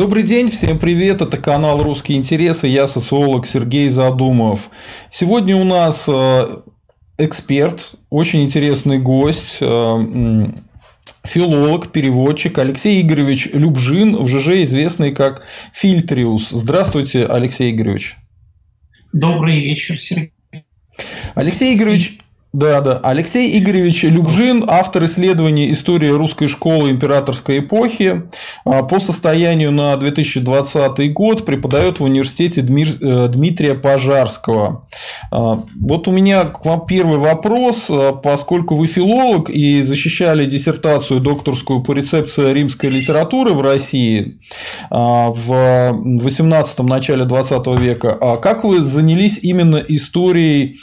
Добрый день, всем привет, это канал «Русские интересы», я социолог Сергей Задумов. Сегодня у нас эксперт, очень интересный гость, филолог, переводчик Алексей Игоревич Любжин, в ЖЖ известный как Фильтриус. Здравствуйте, Алексей Игоревич. Добрый вечер, Сергей. Алексей Игоревич... Алексей Игоревич Любжин, автор исследований истории русской школы императорской эпохи. По состоянию на 2020 год преподает в университете Дмитрия Пожарского. Вот у меня к вам первый вопрос. Поскольку вы филолог и защищали диссертацию докторскую по рецепции римской литературы в России в 18-м, начале 20 века, как вы занялись именно историей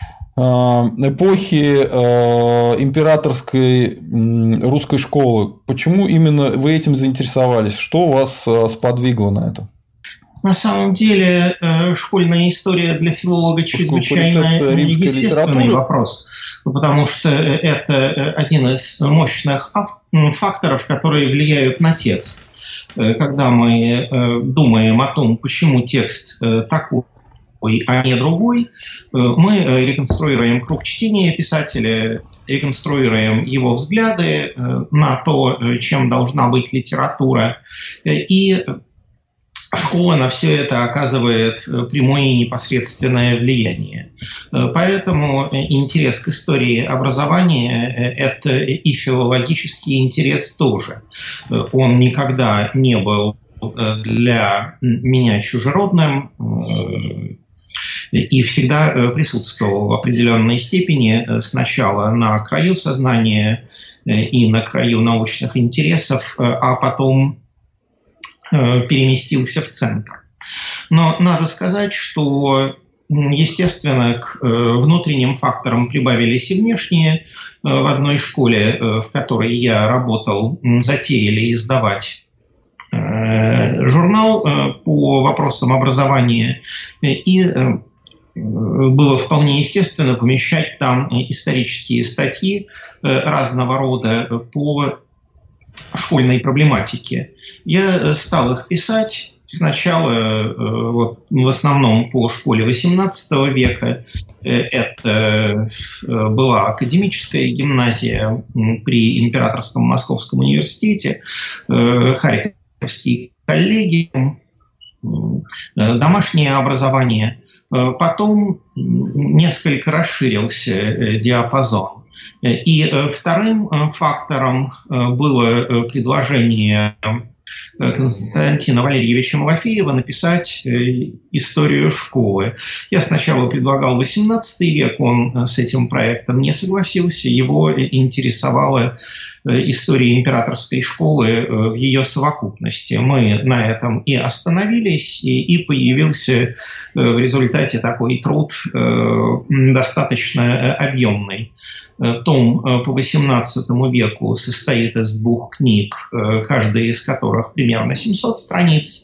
эпохи императорской русской школы? Почему именно вы этим заинтересовались? Что вас сподвигло на это? На самом деле, школьная история для филолога чрезвычайно естественный вопрос, потому что это один из мощных факторов, которые влияют на текст. Когда мы думаем о том, почему текст такой, а не другой, мы реконструируем круг чтения писателя, реконструируем его взгляды на то, чем должна быть литература, и школа на все это оказывает прямое и непосредственное влияние. Поэтому интерес к истории образования – это и филологический интерес тоже. Он никогда не был для меня чужеродным, и всегда присутствовал в определенной степени сначала на краю сознания и на краю научных интересов, а потом переместился в центр. Но надо сказать, что, естественно, к внутренним факторам прибавились и внешние. В одной школе, в которой я работал, затеяли издавать журнал по вопросам образования, и было вполне естественно помещать там исторические статьи разного рода по школьной проблематике. Я стал их писать сначала в основном по школе XVIII века. Это была академическая гимназия при Императорском Московском университете, Харьковский коллегиум, домашнее образование. Потом несколько расширился диапазон. И вторым фактором было предложение Константина Валерьевича Малафеева написать историю школы. Я сначала предлагал XVIII век, он с этим проектом не согласился, его интересовала история императорской школы в ее совокупности. Мы на этом и остановились, и появился в результате такой труд достаточно объемный. Том по XVIII веку состоит из двух книг, каждая из которых примерно 700 страниц.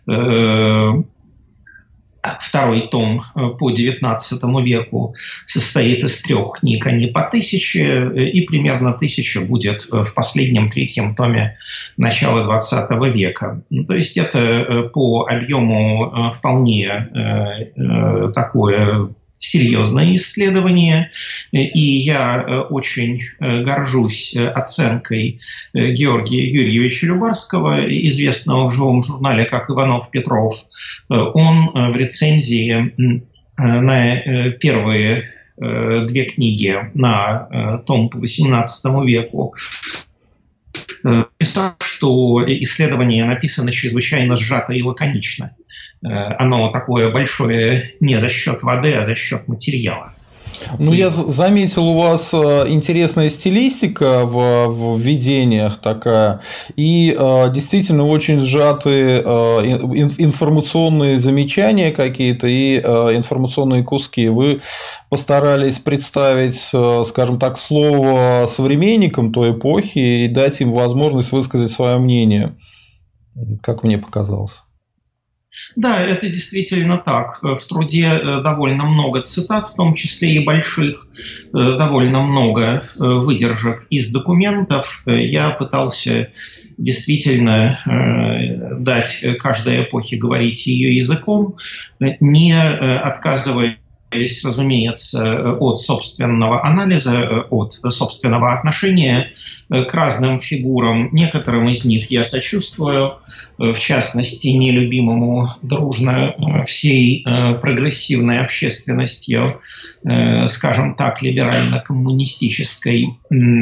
Второй том по XIX веку состоит из трех книг, они по 1000, и примерно 1000 будет в последнем третьем томе начала XX века. То есть это по объему вполне такое серьезное исследование, и я очень горжусь оценкой Георгия Юрьевича Любарского, известного в живом журнале как Иванов-Петров. Он в рецензии на первые две книги на том по XVIII веку писал, что исследование написано чрезвычайно сжато и лаконично. Оно такое большое не за счет воды, а за счет материала. Ну, я заметил, у вас интересная стилистика в введениях такая, и действительно очень сжатые информационные замечания какие-то и информационные куски. Вы постарались представить, скажем так, слово современникам той эпохи и дать им возможность высказать свое мнение, как мне показалось. Да, это действительно так. В труде довольно много цитат, в том числе и больших, довольно много выдержек из документов. Я пытался действительно дать каждой эпохе говорить ее языком, не отказываясь, разумеется, от собственного анализа, от собственного отношения к разным фигурам. Некоторым из них я сочувствую, в частности, нелюбимому дружно всей прогрессивной общественностью, скажем так, либерально-коммунистической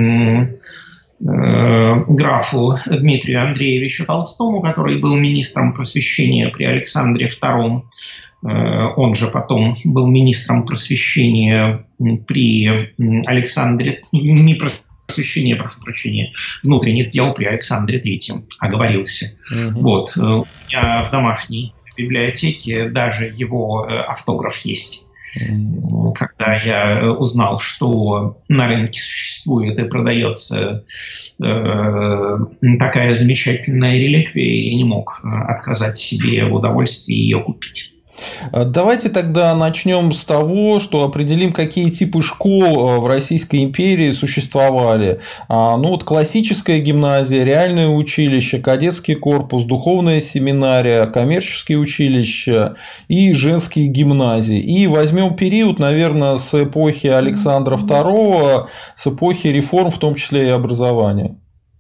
графу Дмитрию Андреевичу Толстому, который был министром просвещения при Александре II. Он же потом был министром просвещения при Александре... Не просвещения, прошу прощения, внутренних дел при Александре III. Оговорился. Вот. У меня в домашней библиотеке даже его автограф есть. Когда я узнал, что на рынке существует и продается такая замечательная реликвия, я не мог отказать себе в удовольствии ее купить. Давайте тогда начнем с того, что определим, какие типы школ в Российской империи существовали. Ну вот классическая гимназия, реальное училище, кадетский корпус, духовная семинария, коммерческие училища и женские гимназии. И возьмем период, наверное, с эпохи Александра II, с эпохи реформ, в том числе и образования.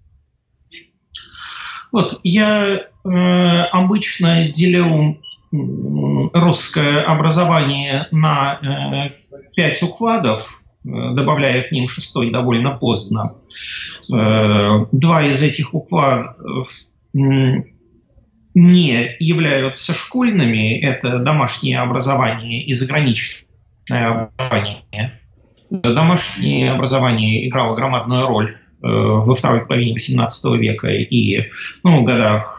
Вот я обычно делю русское образование на 5 укладов, добавляя к ним 6-й довольно поздно. 2 из этих укладов не являются школьными, это домашнее образование и заграничное образование. Домашнее образование играло громадную роль во второй половине XVIII века и годах...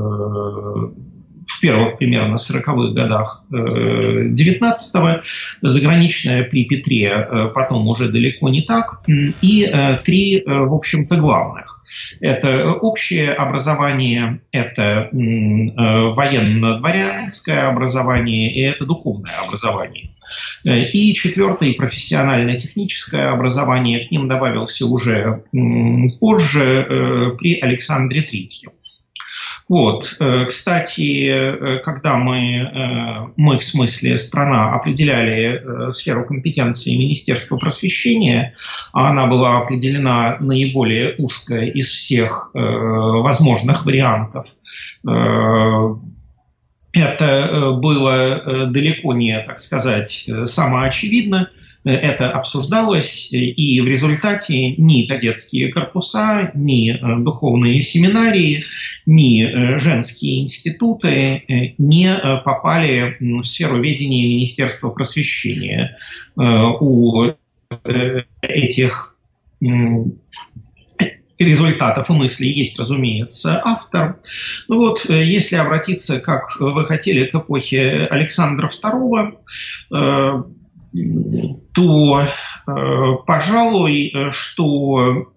в первых примерно 40-х годах XIX-го, заграничная при Петре, потом уже далеко не так, и 3, в общем-то, главных. Это общее образование, это военно-дворянское образование и это духовное образование. И 4-й профессионально-техническое образование, к ним добавился уже позже при Александре III. Вот, кстати, когда мы в смысле страна, определяли сферу компетенции Министерства просвещения, а она была определена наиболее узко из всех возможных вариантов. Это было далеко не, так сказать, самоочевидно. Это обсуждалось, и в результате ни кадетские корпуса, ни духовные семинарии, ни женские институты не попали в сферу ведения Министерства просвещения. У этих результатов и мыслей есть, разумеется, автор. Вот, если обратиться, как вы хотели, к эпохе Александра II, то, пожалуй, что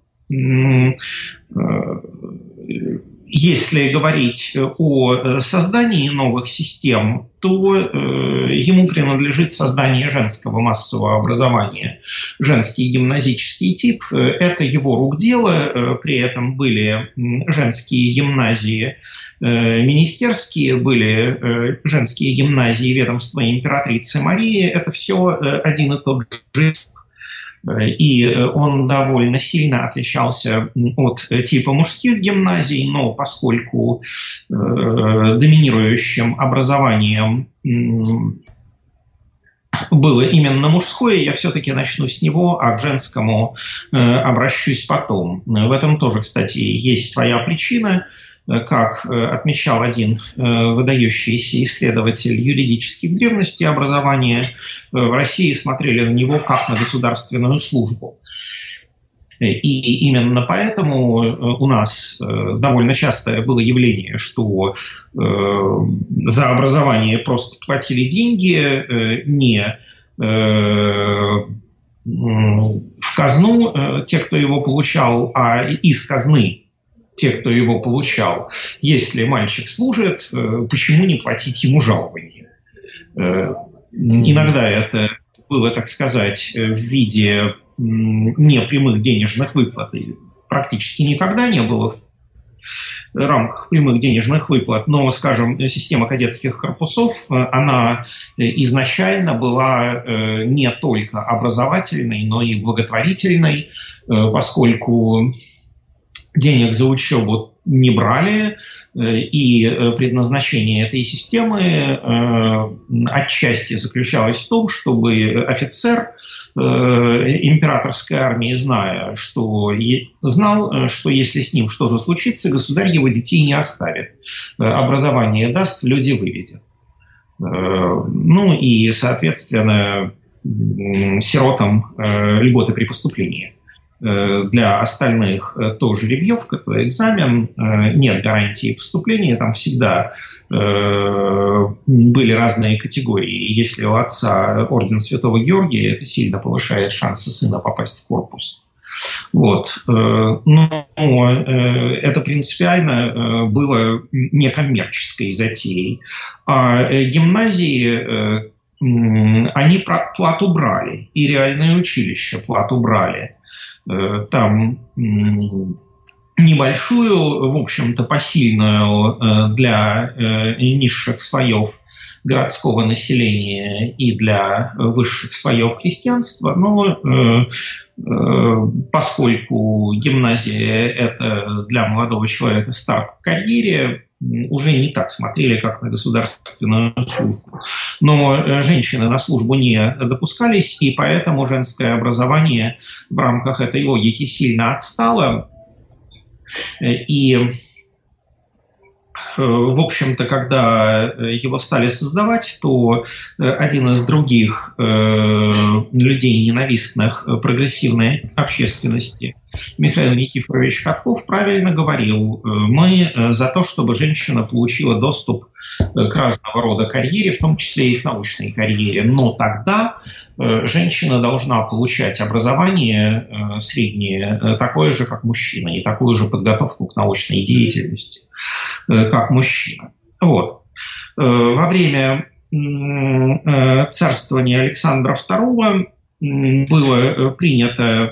если говорить о создании новых систем, то ему принадлежит создание женского массового образования. Женский гимназический тип – это его рук дело, при этом были женские гимназии министерские, были женские гимназии ведомства императрицы Марии. Это все один и тот же. И он довольно сильно отличался от типа мужских гимназий, но поскольку доминирующим образованием было именно мужское, я все-таки начну с него, а к женскому обращусь потом. В этом тоже, кстати, есть своя причина. Как отмечал один выдающийся исследователь юридических древностей образования, в России смотрели на него как на государственную службу. И именно поэтому у нас довольно часто было явление, что за образование просто платили деньги, не в казну те, кто его получал, а из казны те, кто его получал. Если мальчик служит, почему не платить ему жалование? Иногда это было, так сказать, в виде непрямых денежных выплат. Практически никогда не было. рамках прямых денежных выплат, но, скажем, система кадетских корпусов, она изначально была не только образовательной, но и благотворительной, поскольку денег за учебу не брали, и предназначение этой системы отчасти заключалось в том, чтобы офицер императорской армии, знал, что если с ним что-то случится, государь его детей не оставит, образование даст, в люди выведет. Ну и, соответственно, сиротам льготы при поступлении. Для остальных тоже жеребьевка, то экзамен, нет гарантии поступления, там всегда были разные категории. Если у отца орден Святого Георгия, это сильно повышает шансы сына попасть в корпус. Вот. Но это принципиально было некоммерческой затеей. А гимназии, они плату брали, и реальные училища плату брали. Там небольшую, в общем-то, посильную для низших слоев городского населения и для высших слоев крестьянства, но поскольку гимназия – это для молодого человека старт в карьере, уже не так смотрели, как на государственную службу. Но женщины на службу не допускались, и поэтому женское образование в рамках этой логики сильно отстало. И, в общем-то, когда его стали создавать, то один из других людей, ненавистных прогрессивной общественности, Михаил Никифорович Ходков, правильно говорил: мы за то, чтобы женщина получила доступ к разного рода карьере, в том числе и к научной карьере. Но тогда женщина должна получать образование среднее такое же, как мужчина, и такую же подготовку к научной деятельности, как мужчина. Вот. Во время царствования Александра II было принято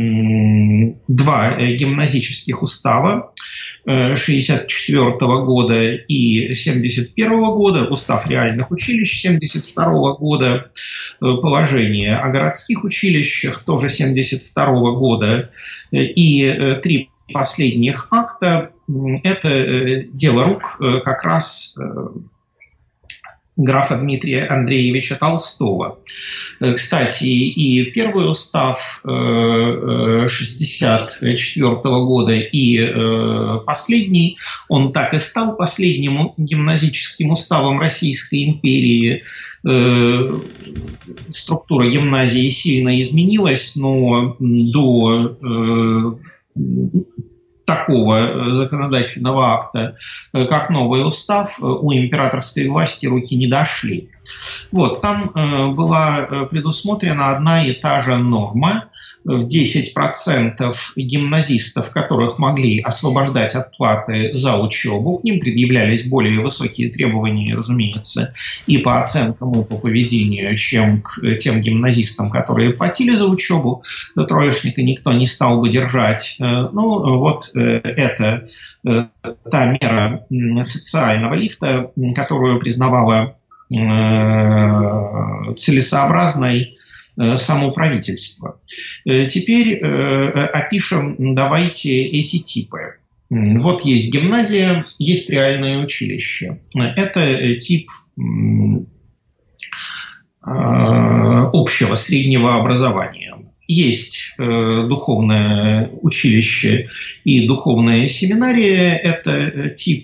2 гимназических устава 1964 года и 1971 года, устав реальных училищ 1972 года, положение о городских училищах тоже 1972 года, и 3 последних акта – это дело рук как раз графа Дмитрия Андреевича Толстого. Кстати, и первый устав 1964 года, и последний, он так и стал последним гимназическим уставом Российской империи. Структура гимназии сильно изменилась, но до такого законодательного акта, как новый устав, у императорской власти руки не дошли. Вот, там была предусмотрена одна и та же норма. В 10% гимназистов, которых могли освобождать от платы за учебу, к ним предъявлялись более высокие требования, разумеется, и по оценкам, и по поведению, чем к тем гимназистам, которые платили за учебу. Троечника никто не стал бы держать. Ну, вот это та мера социального лифта, которую признавала целесообразной само правительство. Теперь опишем, давайте, эти типы. Вот есть гимназия, есть реальное училище. Это тип общего среднего образования. Есть духовное училище и духовная семинария. Это тип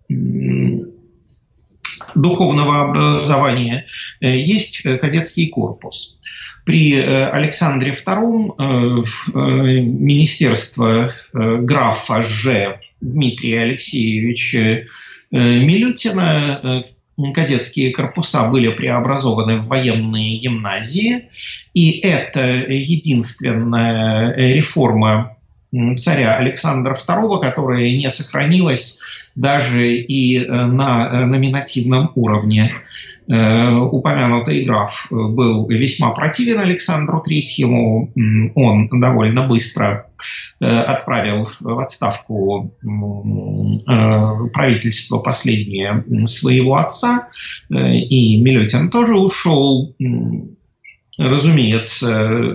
духовного образования. Есть кадетский корпус. При Александре II министерство графа Ж. Дмитрия Алексеевича Милютина, кадетские корпуса были преобразованы в военные гимназии, и это единственная реформа царя Александра II, которая не сохранилась даже и на номинативном уровне. Упомянутый граф был весьма противен Александру III. Он довольно быстро отправил в отставку правительство последнее своего отца, и Милютин тоже ушел. Разумеется,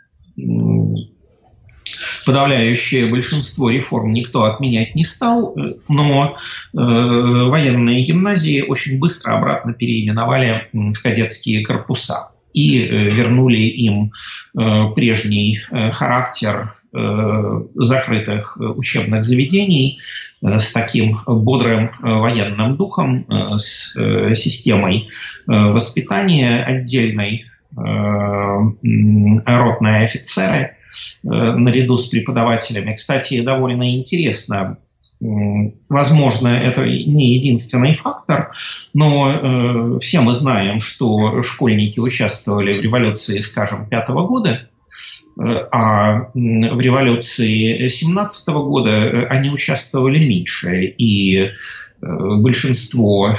подавляющее большинство реформ никто отменять не стал, но военные гимназии очень быстро обратно переименовали в кадетские корпуса и вернули им прежний характер закрытых учебных заведений с таким бодрым военным духом, с системой воспитания отдельной, ротные офицеры наряду с преподавателями. Кстати, довольно интересно. Возможно, это не единственный фактор, но все мы знаем, что школьники участвовали в революции, скажем, 5-го года, а в революции 17-го года они участвовали меньше, и большинство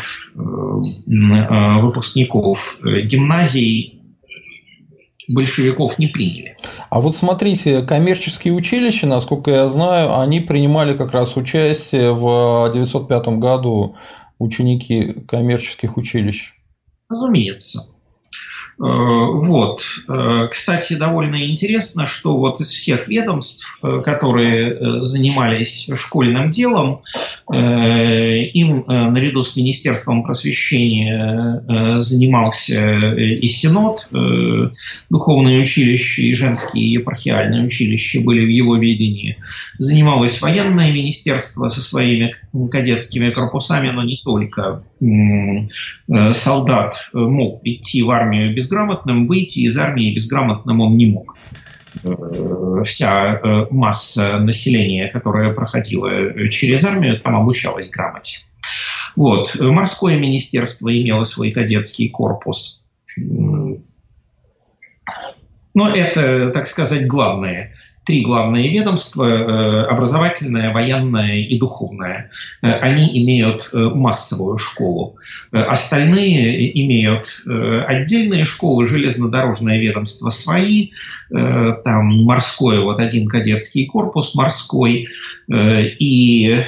выпускников гимназий большевиков не приняли. А вот смотрите, коммерческие училища, насколько я знаю, они принимали как раз участие в 1905 году, ученики коммерческих училищ. Разумеется. Вот. Кстати, довольно интересно, что вот из всех ведомств, которые занимались школьным делом, им наряду с Министерством просвещения занимался и Синод, духовные училища и женские епархиальные училища были в его ведении. Занималось военное министерство со своими кадетскими корпусами, но не только. Солдат мог прийти в армию безграмотным, выйти из армии безграмотным он не мог. Вся масса населения, которая проходила через армию, там обучалась грамоте. Вот. Морское министерство имело свой кадетский корпус. Но это, так сказать, главные. 3 главные ведомства – образовательное, военное и духовное. Они имеют массовую школу. Остальные имеют отдельные школы, железнодорожное ведомство свои, там морское, вот один кадетский корпус морской, и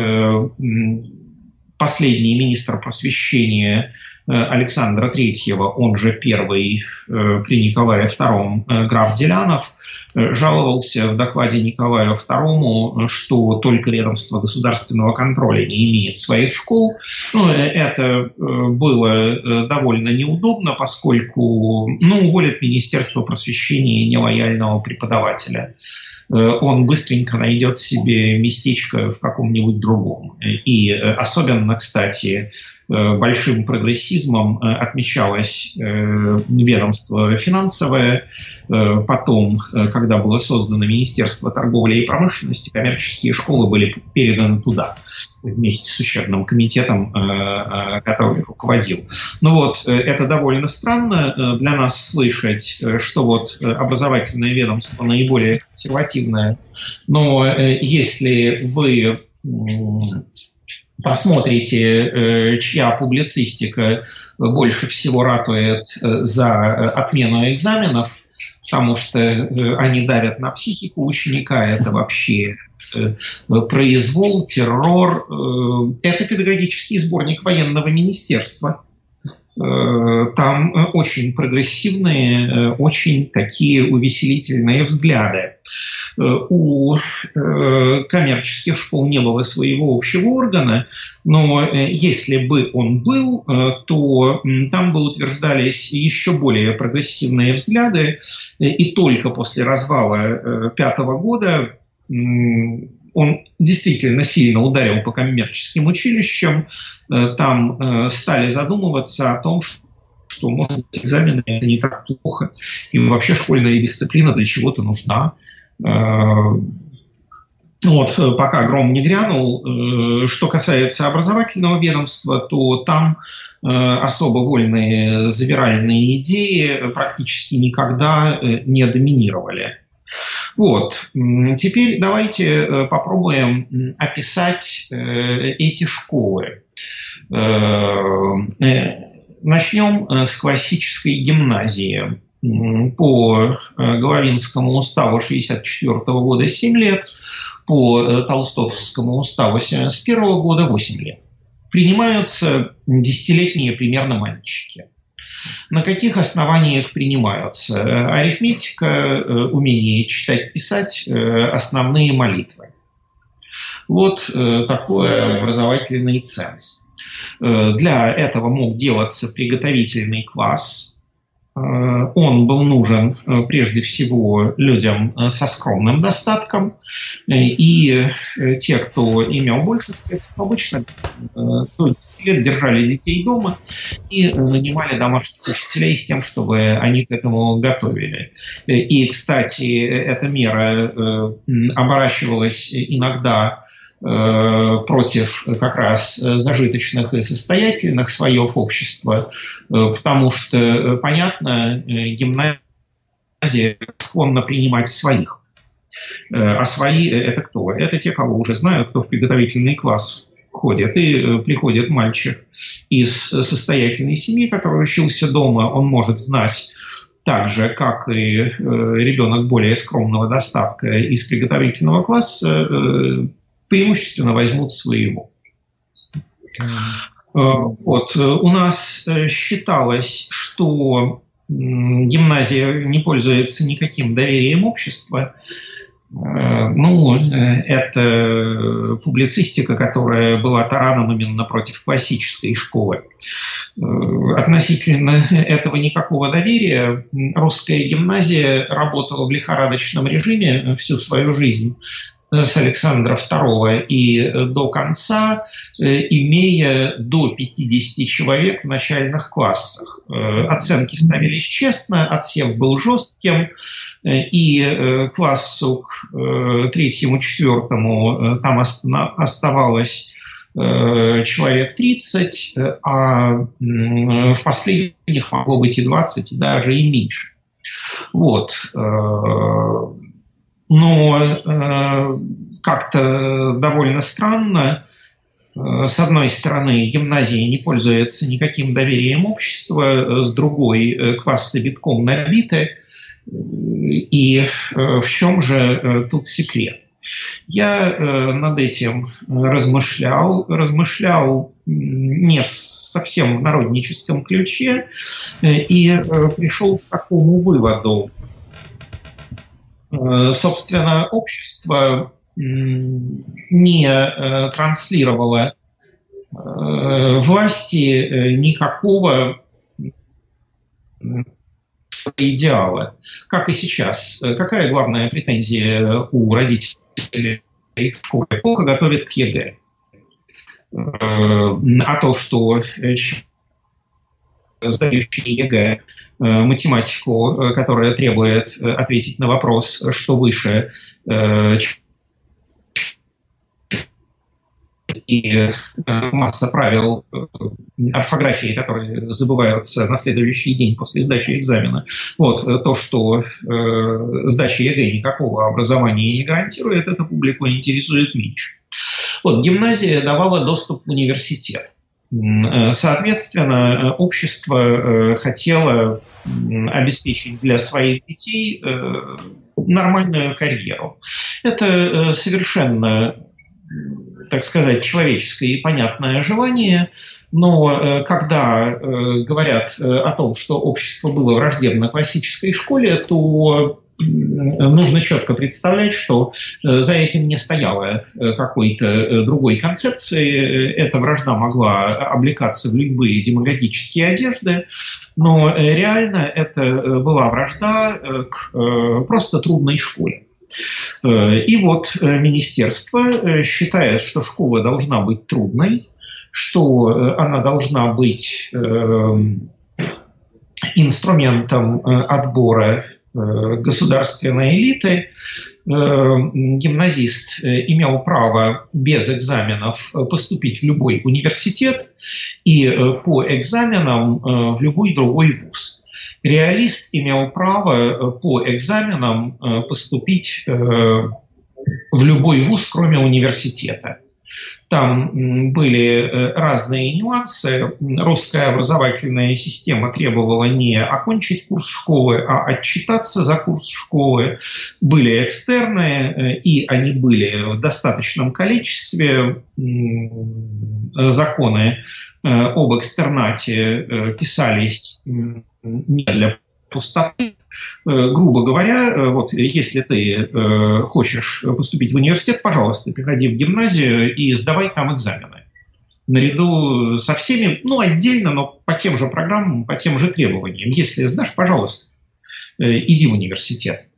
последний министр просвещения Александра III, он же первый при Николае II граф Делянов, жаловался в докладе Николаю II, что только ведомство государственного контроля не имеет своих школ. Это было довольно неудобно, поскольку уволят Министерство просвещения нелояльного преподавателя. Он быстренько найдет себе местечко в каком-нибудь другом. И особенно, кстати, большим прогрессизмом отмечалось ведомство финансовое. Потом, когда было создано Министерство торговли и промышленности, коммерческие школы были переданы туда вместе с учебным комитетом, который руководил. Это довольно странно для нас слышать, что образовательное ведомство наиболее консервативное. Но если вы посмотрите, чья публицистика больше всего ратует за отмену экзаменов, потому что они давят на психику ученика, это вообще произвол, террор. Это педагогический сборник военного министерства. Там очень прогрессивные, очень такие увеселительные взгляды. У коммерческих школ не было своего общего органа, но если бы он был, то там бы утверждались еще более прогрессивные взгляды, и только после развала 5-го года он действительно сильно ударил по коммерческим училищам. Там стали задумываться о том, что, может быть, экзамены – это не так плохо, и вообще школьная дисциплина для чего-то нужна. Пока гром не грянул. Что касается образовательного ведомства, то там особо вольные завиральные идеи практически никогда не доминировали. Теперь давайте попробуем описать эти школы. Начнем с классической гимназии. по Головинскому уставу 1964 года 7 лет, по Толстовскому уставу 1971 года 8 лет. Принимаются десятилетние примерно мальчики. На каких основаниях принимаются? Арифметика, умение читать, писать, основные молитвы. Вот такой образовательный ценз. Для этого мог делаться приготовительный класс. Он был нужен прежде всего людям со скромным достатком. И те, кто имел больше средств, обычно до 10 лет держали детей дома и нанимали домашних учителей с тем, чтобы они к этому готовили. И, кстати, эта мера оборачивалась иногда против как раз зажиточных и состоятельных слоев общества, потому что, понятно, гимназия склонна принимать своих. А свои – это кто? Это те, кого уже знают, кто в приготовительный класс ходит. И приходит мальчик из состоятельной семьи, который учился дома, он может знать так же, как и ребенок более скромного достатка из приготовительного класса, преимущественно возьмут своего. Вот. У нас считалось, что гимназия не пользуется никаким доверием общества. Ну, это публицистика, которая была тараном именно против классической школы. Относительно этого никакого доверия. Русская гимназия работала в лихорадочном режиме всю свою жизнь с Александра II и до конца, имея до 50 человек в начальных классах. Оценки ставились честно, отсев был жестким, и классу к 3-4 там оставалось человек 30, а в последних могло быть и 20, даже и меньше. Вот. Но как-то довольно странно. С одной стороны, гимназия не пользуется никаким доверием общества, с другой, классы битком набиты. И в чем же тут секрет? Я над этим размышлял не совсем в народническом ключе, и пришел к такому выводу. Собственно, общество не транслировало власти никакого идеала, как и сейчас. Какая главная претензия у родителей школы? Плохо готовят к ЕГЭ. А то, что сдающий ЕГЭ математику, которая требует ответить на вопрос, что выше, и масса правил орфографии, которые забываются на следующий день после сдачи экзамена. Вот то, что сдача ЕГЭ никакого образования не гарантирует, это публику интересует меньше. Вот, гимназия давала доступ в университет. Соответственно, общество хотело обеспечить для своих детей нормальную карьеру. Это совершенно, так сказать, человеческое и понятное желание, но когда говорят о том, что общество было враждебно классической школе, то нужно четко представлять, что за этим не стояло какой-то другой концепции. Эта вражда могла облекаться в любые демагогические одежды, но реально это была вражда к просто трудной школе. И вот министерство считает, что школа должна быть трудной, что она должна быть инструментом отбора государственной элиты. Гимназист имел право без экзаменов поступить в любой университет и по экзаменам в любой другой вуз. Реалист имел право по экзаменам поступить в любой вуз, кроме университета. Там были разные нюансы. Русская образовательная система требовала не окончить курс школы, а отчитаться за курс школы. Были экстерны, и они были в достаточном количестве. Законы об экстернате писались не для пустоты. Грубо говоря, вот если ты хочешь поступить в университет, пожалуйста, приходи в гимназию и сдавай там экзамены. Наряду со всеми, отдельно, но по тем же программам, по тем же требованиям. Если сдашь, пожалуйста, иди в университет.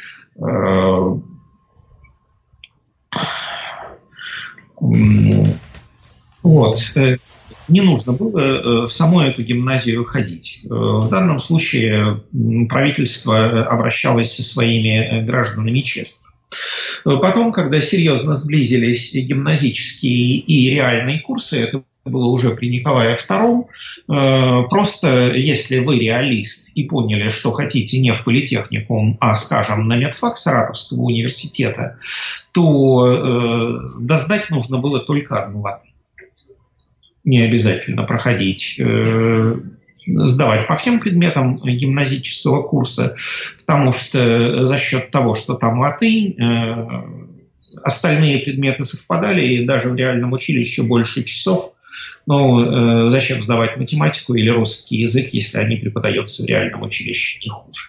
Вот. Не нужно было в саму эту гимназию ходить. В данном случае правительство обращалось со своими гражданами честно. Потом, когда серьезно сблизились гимназические и реальные курсы, это было уже при Николае II, просто если вы реалист и поняли, что хотите не в политехникум, а, скажем, на медфак Саратовского университета, то сдать нужно было только одну латынь. Не обязательно проходить, сдавать по всем предметам гимназического курса, потому что за счет того, что там латынь, остальные предметы совпадали, и даже в реальном училище больше часов. Но зачем сдавать математику или русский язык, если они преподаются в реальном училище не хуже?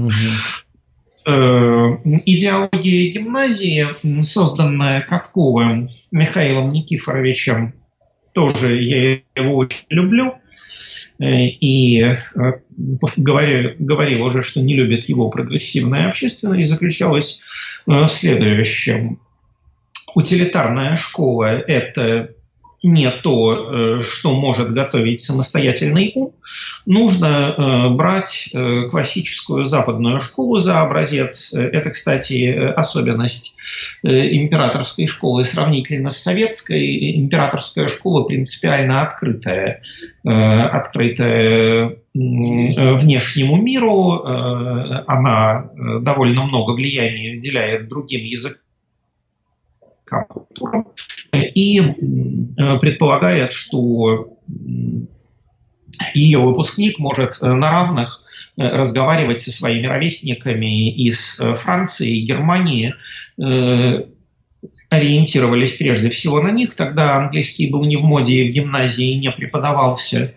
Идеология гимназии, созданная Катковым Михаилом Никифоровичем, тоже я его очень люблю. И говорил уже, что не любит его прогрессивная общественность, заключалась в следующем. Утилитарная школа – это не то, что может готовить самостоятельный ум. Нужно брать классическую западную школу за образец. Это, кстати, особенность императорской школы сравнительно с советской. Императорская школа принципиально открытая внешнему миру. Она довольно много влияния уделяет другим языкам и предполагает, что ее выпускник может на равных разговаривать со своими ровесниками из Франции и Германии. Ориентировались прежде всего на них. Тогда английский был не в моде и в гимназии не преподавался,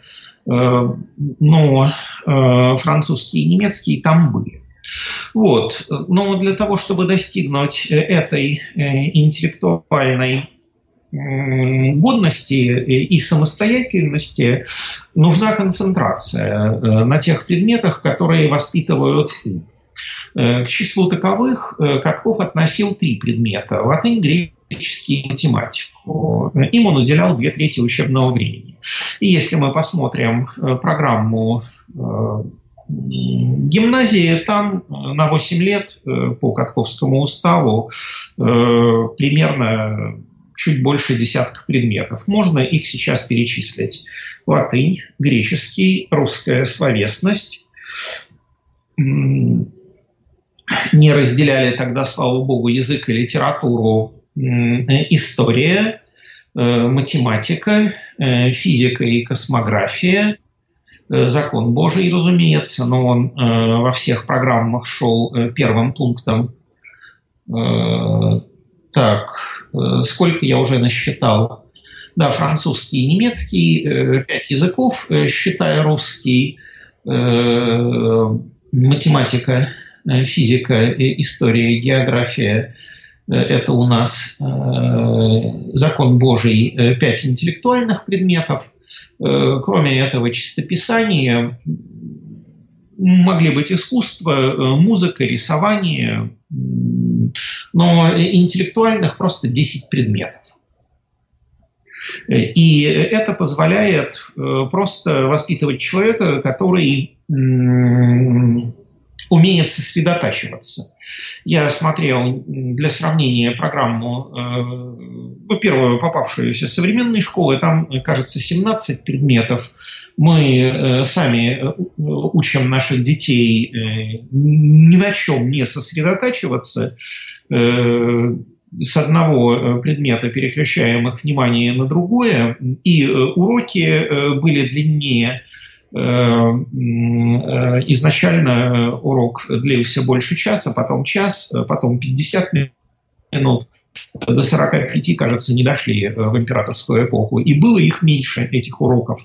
но французский и немецкий там были. Вот. Но для того, чтобы достигнуть этой интеллектуальной годности и самостоятельности, нужна концентрация на тех предметах, которые воспитывают ум. К числу таковых Катков относил 3 предмета: латынь, греческий и математику. Им он уделял 2/3 учебного времени. И если мы посмотрим программу гимназии, там на 8 лет по Катковскому уставу примерно чуть больше десятка предметов. Можно их сейчас перечислить: латынь, греческий, русская словесность. Не разделяли тогда, слава богу, язык и литературу, история, математика, физика и космография. Закон Божий, разумеется, но он во всех программах шел первым пунктом. Так, сколько я уже насчитал? Да, французский и немецкий, 5 языков, считая русский, математика, физика, история, география. Это у нас закон Божий, 5 интеллектуальных предметов. Кроме этого, чистописание, могли быть искусство, музыка, рисование, но интеллектуальных просто 10 предметов. И это позволяет просто воспитывать человека, который умеет сосредотачиваться. Я смотрел для сравнения программу, первую попавшуюся современной школы, там, кажется, 17 предметов. Мы сами учим наших детей ни на чем не сосредотачиваться. с одного предмета переключаем их внимание на другое, и уроки были длиннее. Изначально урок длился больше часа, потом час, потом 50 минут. До 45, кажется, не дошли в императорскую эпоху. И было их меньше, этих уроков.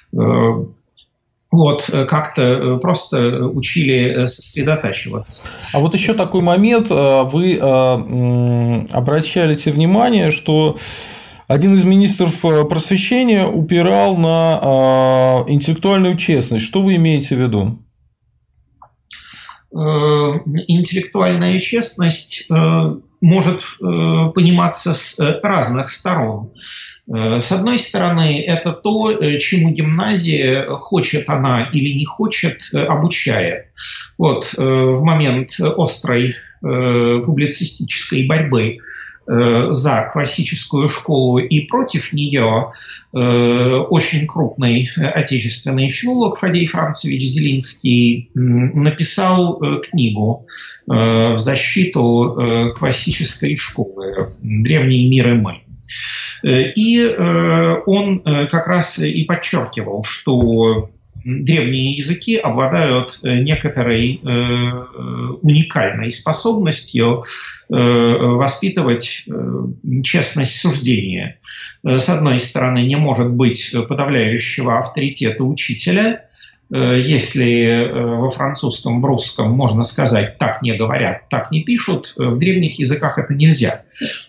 Вот, как-то просто учили сосредотачиваться. А вот еще такой момент. Вы обращали внимание, что один из министров просвещения упирал на интеллектуальную честность. Что вы имеете в виду? Интеллектуальная честность может пониматься с разных сторон. С одной стороны, это то, чему гимназия, хочет она или не хочет, обучает. Вот в момент острой публицистической борьбы за классическую школу и против нее очень крупный отечественный филолог Фадей Францевич Зелинский написал книгу в защиту классической школы «Древний мир и мы». И он как раз и подчеркивал, что древние языки обладают некоторой уникальной способностью воспитывать честность суждения. С одной стороны, не может быть подавляющего авторитета учителя. Если во французском, в русском можно сказать «так не говорят, так не пишут», в древних языках это нельзя.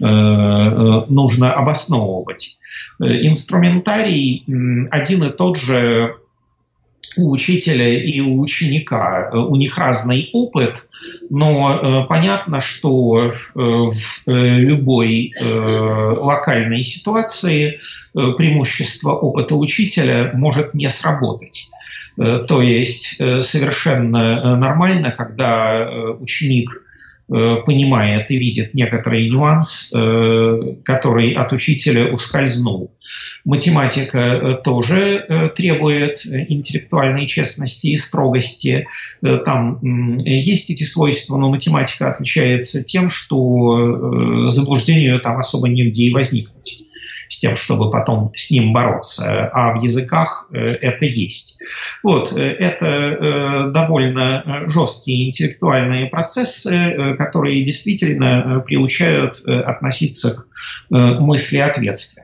Нужно обосновывать. Инструментарий один и тот же у учителя и у ученика. У них разный опыт, но понятно, что в любой локальной ситуации преимущество опыта учителя может не сработать. То есть совершенно нормально, когда ученик понимает и видит некоторый нюанс, который от учителя ускользнул. Математика тоже требует интеллектуальной честности и строгости. Там есть эти свойства, но математика отличается тем, что заблуждению там особо негде и возникнуть, с тем, чтобы потом с ним бороться. А в языках это есть. Вот, это довольно жесткие интеллектуальные процессы, которые действительно приучают относиться к мысли ответственно.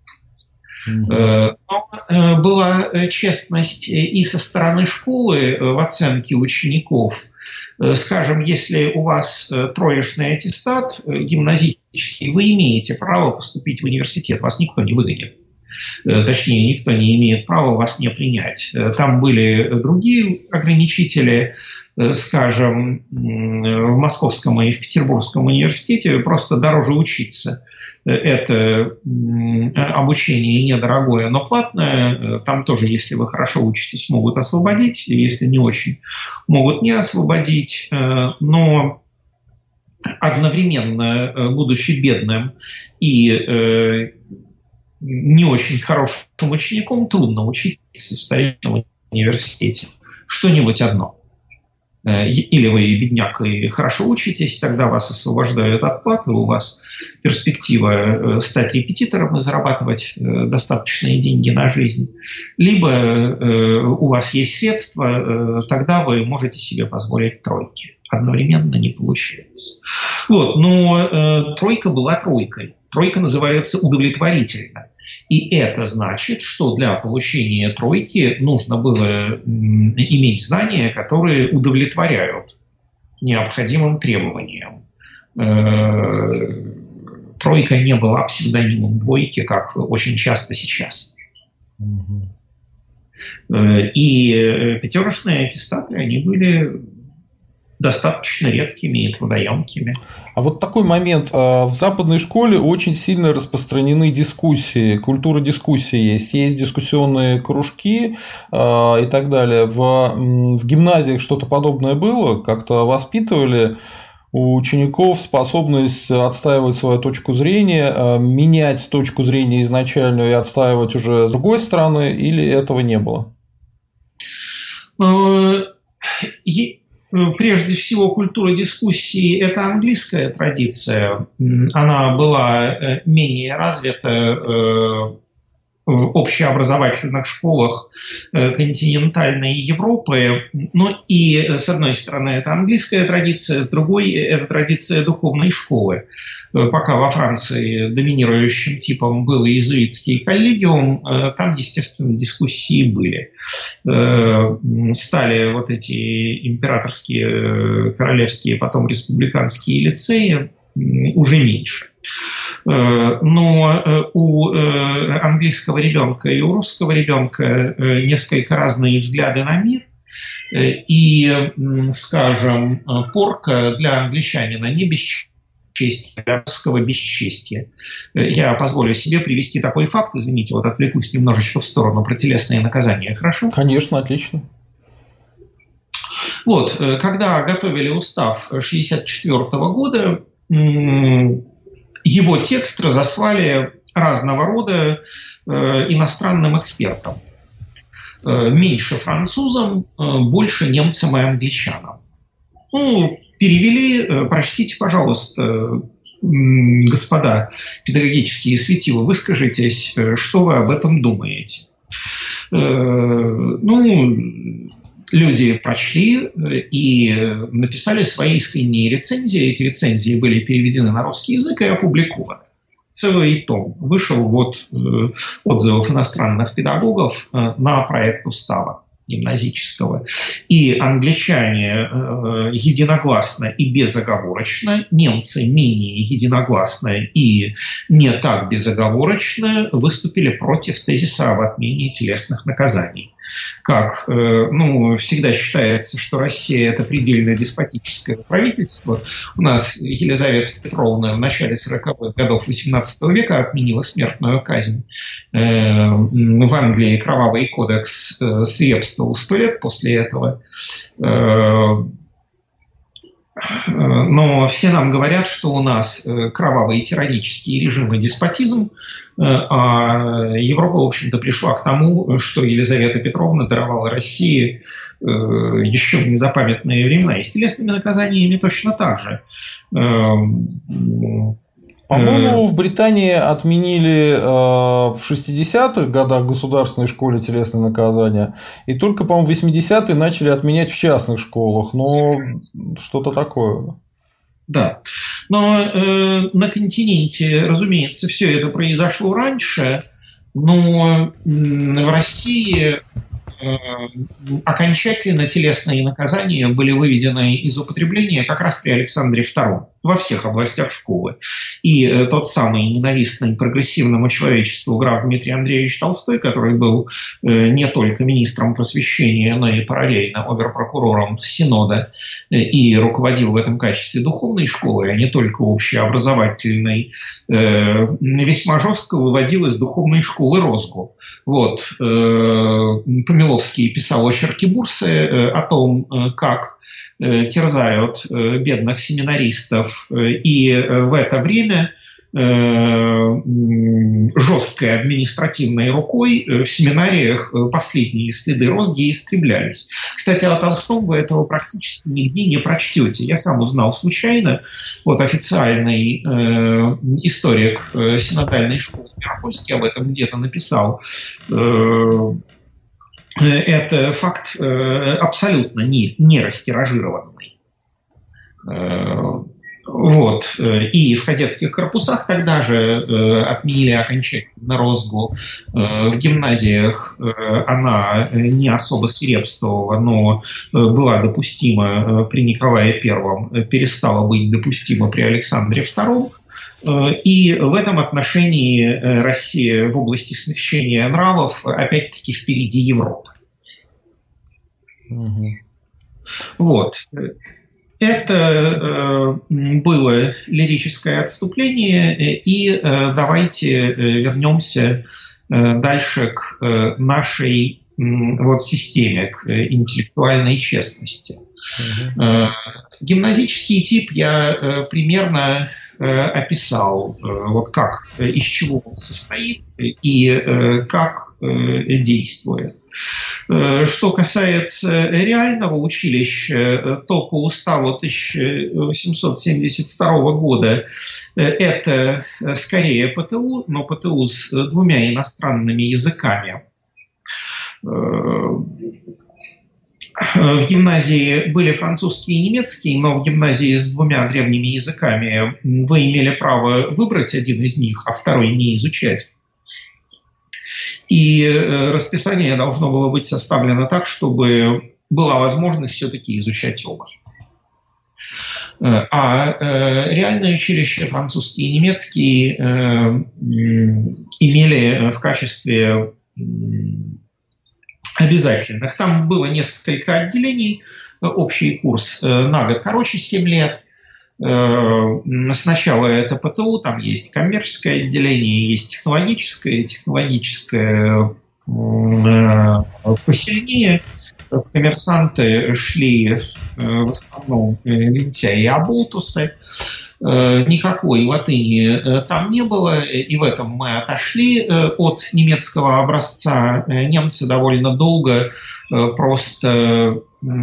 Но была честность и со стороны школы в оценке учеников. Скажем, если у вас троечный аттестат гимназический, вы имеете право поступить в университет, вас никто не выгонит. Точнее, никто не имеет права вас не принять. Там были другие ограничители, скажем, в Московском и в Петербургском университете просто дороже учиться. Это обучение недорогое, но платное. Там тоже, если вы хорошо учитесь, могут освободить, если не очень, могут не освободить. Но одновременно, будучи бедным и не очень хорошим учеником, трудно учиться в столичном университете. Что-нибудь одно. Или вы, бедняк, и хорошо учитесь, тогда вас освобождают от платы, у вас перспектива стать репетитором и зарабатывать достаточные деньги на жизнь. Либо у вас есть средства, тогда вы можете себе позволить тройки. Одновременно не получается. Вот, но тройка была тройкой. Тройка называется удовлетворительно. И это значит, что для получения тройки нужно было иметь знания, которые удовлетворяют необходимым требованиям. Тройка не была псевдонимом двойки, как очень часто сейчас. И пятерочные аттестаты, они были достаточно редкими и трудоемкими. А вот такой момент. В западной школе очень сильно распространены дискуссии, культура дискуссии есть. Есть дискуссионные кружки и так далее. В гимназиях что-то подобное было? Как-то воспитывали у учеников способность отстаивать свою точку зрения, менять точку зрения изначальную и отстаивать уже с другой стороны, или этого не было? прежде всего, культура дискуссии – это английская традиция. Она была менее развита в общеобразовательных школах континентальной Европы. Ну и, с одной стороны, это английская традиция, с другой – это традиция духовной школы. Пока во Франции доминирующим типом был иезуитский коллегиум, там, естественно, дискуссии были. Стали вот эти императорские, королевские, потом республиканские лицеи уже меньше. Но у английского ребенка и у русского ребенка несколько разные взгляды на мир. И, скажем, порка для англичанина не бесчестие, для русского бесчестие. Я позволю себе привести такой факт, извините, вот отвлекусь немножечко в сторону про телесные наказания, хорошо? Конечно, отлично. Вот, когда готовили устав 1964 года, его текст разослали разного рода иностранным экспертам. Меньше французам, больше немцам и англичанам. Ну, перевели, прочтите, пожалуйста, господа педагогические светила, выскажитесь, что вы об этом думаете. Ну, люди прочли и написали свои искренние рецензии. Эти рецензии были переведены на русский язык и опубликованы. Целый том вышел вот отзывов иностранных педагогов на проект устава гимназического. И англичане единогласно и безоговорочно, немцы менее единогласно и не так безоговорочно выступили против тезиса об отмене телесных наказаний. Как, всегда считается, что Россия – это предельно деспотическое правительство. У нас Елизавета Петровна в начале 40-х годов XVIII века отменила смертную казнь. В Англии кровавый кодекс свирепствовал 100 лет после этого. Но все нам говорят, что у нас кровавый тиранический режим и деспотизм, а Европа, в общем-то, пришла к тому, что Елизавета Петровна даровала России еще в незапамятные времена. И с телесными наказаниями точно так же. По-моему, в Британии отменили в 60-х годах в государственной школе телесные наказания, и только, по-моему, в 80-е начали отменять в частных школах, но что-то такое. Да, но на континенте, разумеется, все это произошло раньше, но в России окончательно телесные наказания были выведены из употребления как раз при Александре II во всех областях школы. И тот самый ненавистный прогрессивному человечеству граф Дмитрий Андреевич Толстой, который был не только министром просвещения, но и параллельно оберпрокурором Синода и руководил в этом качестве духовной школой, а не только общеобразовательной, весьма жестко выводил из духовной школы розгу. Вот. Помиловский писал очерки Бурсы о том, как терзают бедных семинаристов, и в это время жесткой административной рукой в семинариях последние следы розги истреблялись. Кстати, о Толстом вы этого практически нигде не прочтете. Я сам узнал случайно. Вот официальный историк синодальной школы Миропольский об этом где-то написал. Это факт абсолютно не растиражированный. Вот. И в кадетских корпусах тогда же отменили окончательно розгу. В гимназиях она не особо свирепствовала, но была допустима при Николае I, перестала быть допустима при Александре II. И в этом отношении Россия в области смягчения нравов опять-таки впереди Европы. Угу. Вот. Это было лирическое отступление, и давайте вернемся дальше к нашей вот системе, к интеллектуальной честности. Гимназический тип я примерно описал, вот как, из чего он состоит и как действует. Что касается реального училища, то по уставу 1872 года это скорее ПТУ, но ПТУ с 2 иностранными языками. В гимназии были французский и немецкий, но в гимназии с 2 древними языками вы имели право выбрать один из них, а второй не изучать. И расписание должно было быть составлено так, чтобы была возможность все-таки изучать оба. А реальные училища, французский и немецкий, имели в качестве обязательных. Там было несколько отделений. Общий курс на год короче, 7 лет. Сначала это ПТУ, там есть коммерческое отделение, есть технологическое посильнее. В коммерсанты шли в основном лентяи и оболтусы. Никакой латыни там не было, и в этом мы отошли от немецкого образца. Немцы довольно долго просто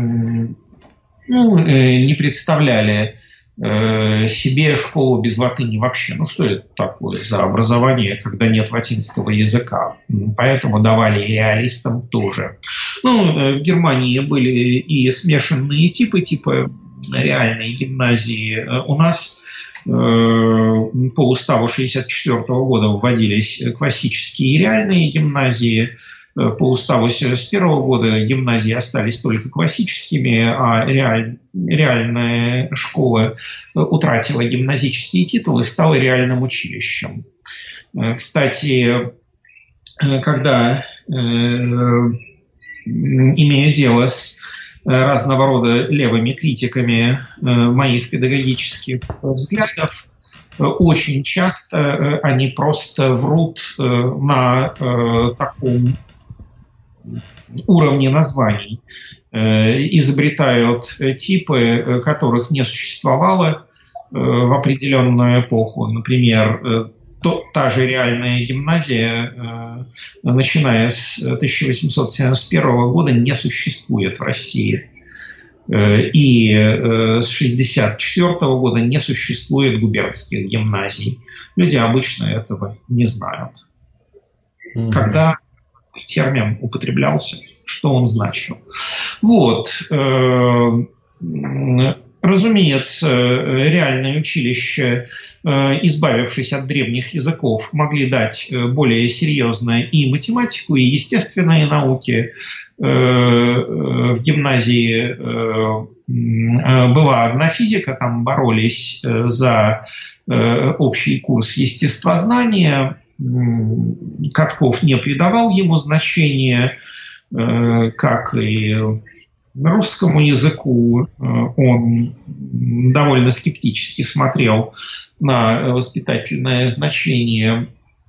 не представляли себе школу без латыни вообще. Ну, что это такое за образование, когда нет латинского языка? Поэтому давали и реалистам тоже. Ну, в Германии были и смешанные типы, типа реальной гимназии. У нас по уставу 1964 года вводились классические и реальные гимназии. По уставу 1971 года гимназии остались только классическими, а реальная школа утратила гимназические титулы и стала реальным училищем. Кстати, когда, имея дело с разного рода левыми критиками моих педагогических взглядов, очень часто они просто врут на таком уровне названий, изобретают типы, которых не существовало в определенную эпоху. Например, та же реальная гимназия, начиная с 1871 года, не существует в России. И с 1964 года не существует губернских гимназий. Люди обычно этого не знают. Когда термин употреблялся, что он значил. Вот. Разумеется, реальные училища, избавившись от древних языков, могли дать более серьезно и математику, и естественные науки. В гимназии была одна физика, там боролись за общий курс естествознания. Катков не придавал ему значения, как и русскому языку. Он довольно скептически смотрел на воспитательное значение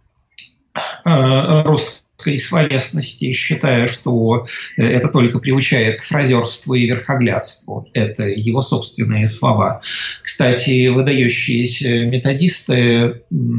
русской словесности, считая, что это только приучает к фразерству и верхоглядству. Это его собственные слова. Кстати, выдающиеся методисты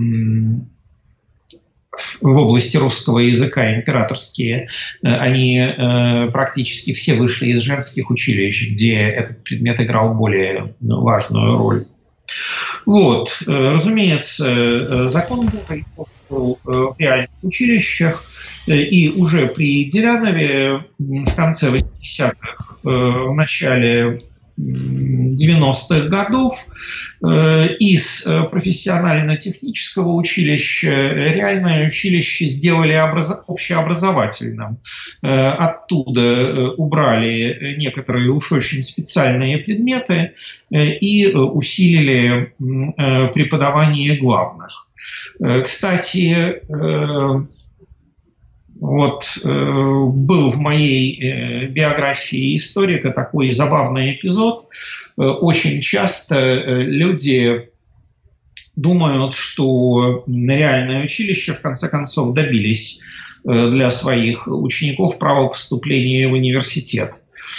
в области русского языка, императорские, они практически все вышли из женских училищ, где этот предмет играл более важную роль. Вот. Разумеется, закон был в реальных училищах, и уже при Делянове в конце 80-х, в начале 90-х годов из профессионально-технического училища реальное училище сделали общеобразовательным. Оттуда убрали некоторые уж очень специальные предметы и усилили преподавание главных. Кстати, вот был в моей биографии историка такой забавный эпизод. Очень часто люди думают, что реальное училище в конце концов добились для своих учеников права поступления в университет.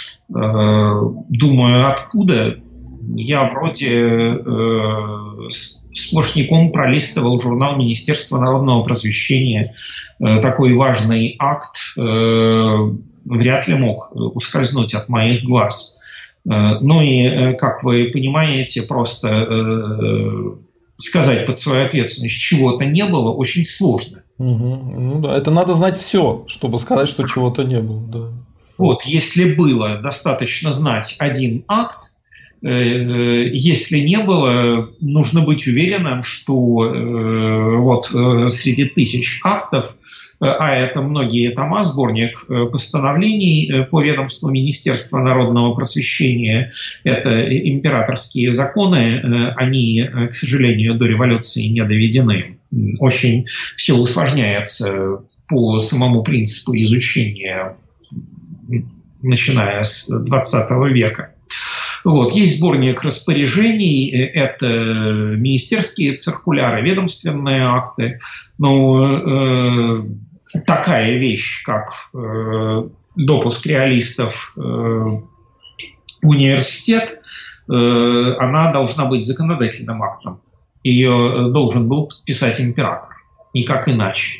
Думаю, откуда? Я вроде сплошняком пролистывал журнал Министерства народного просвещения. Такой важный акт вряд ли мог ускользнуть от моих глаз. Ну и, как вы понимаете, просто сказать под свою ответственность, чего-то не было, очень сложно. Ну да, это надо знать все, чтобы сказать, что чего-то не было. Да. Вот, если было, достаточно знать один акт. Если не было, нужно быть уверенным, что вот среди тысяч актов, а это многие тома, сборник постановлений по ведомству Министерства народного просвещения, это императорские законы, они, к сожалению, до революции не доведены. Очень все усложняется по самому принципу изучения, начиная с 20 века. Вот. Есть сборник распоряжений, это министерские циркуляры, ведомственные акты. Но такая вещь, как допуск реалистов в университет, она должна быть законодательным актом. Ее должен был подписать император, никак иначе.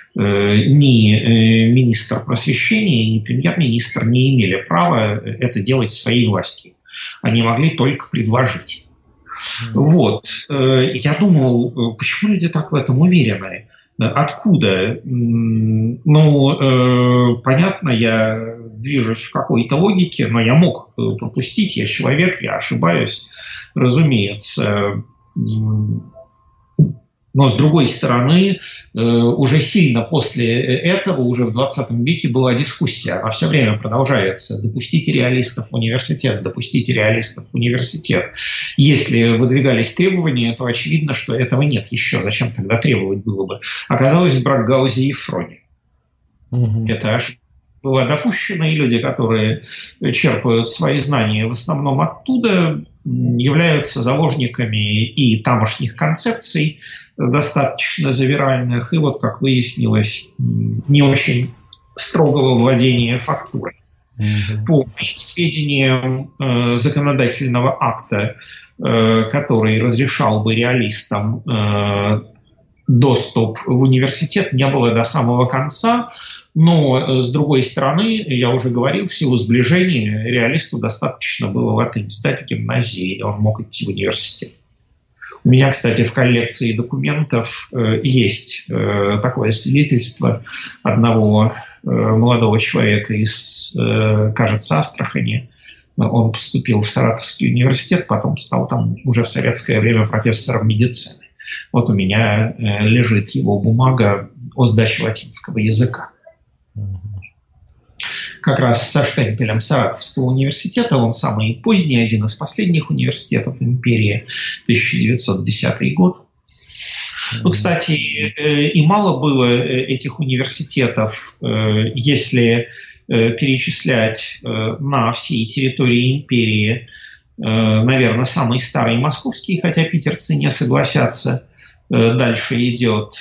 Ни министр просвещения, ни премьер-министр не имели права это делать своей властью. Они могли только предложить. Вот. Я думал, почему люди так в этом уверены? Откуда? Ну, понятно, я движусь в какой-то логике, но я мог пропустить, я человек, я ошибаюсь, разумеется. Но, с другой стороны, уже сильно после этого, уже в 20 веке была дискуссия, она все время продолжается. Допустите реалистов в университет, допустите реалистов в университет. Если выдвигались требования, то очевидно, что этого нет еще. Зачем тогда требовать было бы? Оказалось, в Браckгаузе и Фроне. Это было допущено, и люди, которые черпают свои знания в основном оттуда, являются заложниками и тамошних концепций, достаточно завиральных, и вот, как выяснилось, не очень строгого владения фактурой. По моим сведениям, законодательного акта, который разрешал бы реалистам доступ в университет, не было до самого конца. Но, с другой стороны, я уже говорил, в силу сближения реалисту достаточно было латынь сдать в гимназии, и он мог идти в университет. У меня, кстати, в коллекции документов есть такое свидетельство одного молодого человека из, кажется, Астрахани. Он поступил в Саратовский университет, потом стал там уже в советское время профессором медицины. Вот у меня лежит его бумага о сдаче латинского языка. Как раз со штемпелем Саратовского университета, он самый поздний, один из последних университетов империи, 1910 год. Ну, кстати, и мало было этих университетов, если перечислять на всей территории империи, наверное, самый старый московский, хотя питерцы не согласятся. Дальше идет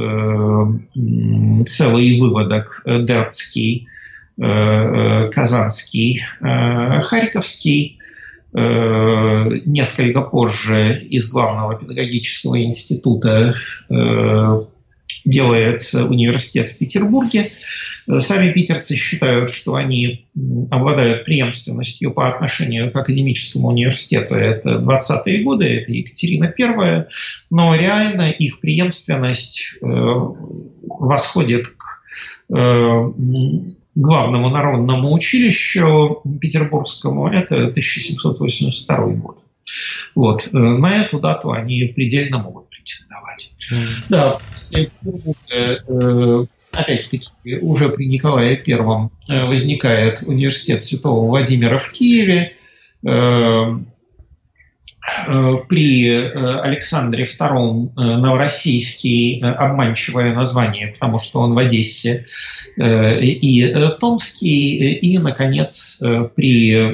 целый выводок Дербцкий, Казанский, Харьковский. Несколько позже из главного педагогического института делается университет в Петербурге. Сами питерцы считают, что они обладают преемственностью по отношению к академическому университету. Это 20-е годы, это Екатерина I, но реально их преемственность восходит к главному народному училищу петербургскому, это 1782 год. Вот. На эту дату они предельно могут претендовать. Да, после Петербурга, опять-таки, уже при Николае I возникает университет Святого Владимира в Киеве. При Александре II Новороссийский, обманчивое название, потому что он в Одессе, и Томский, и, наконец, при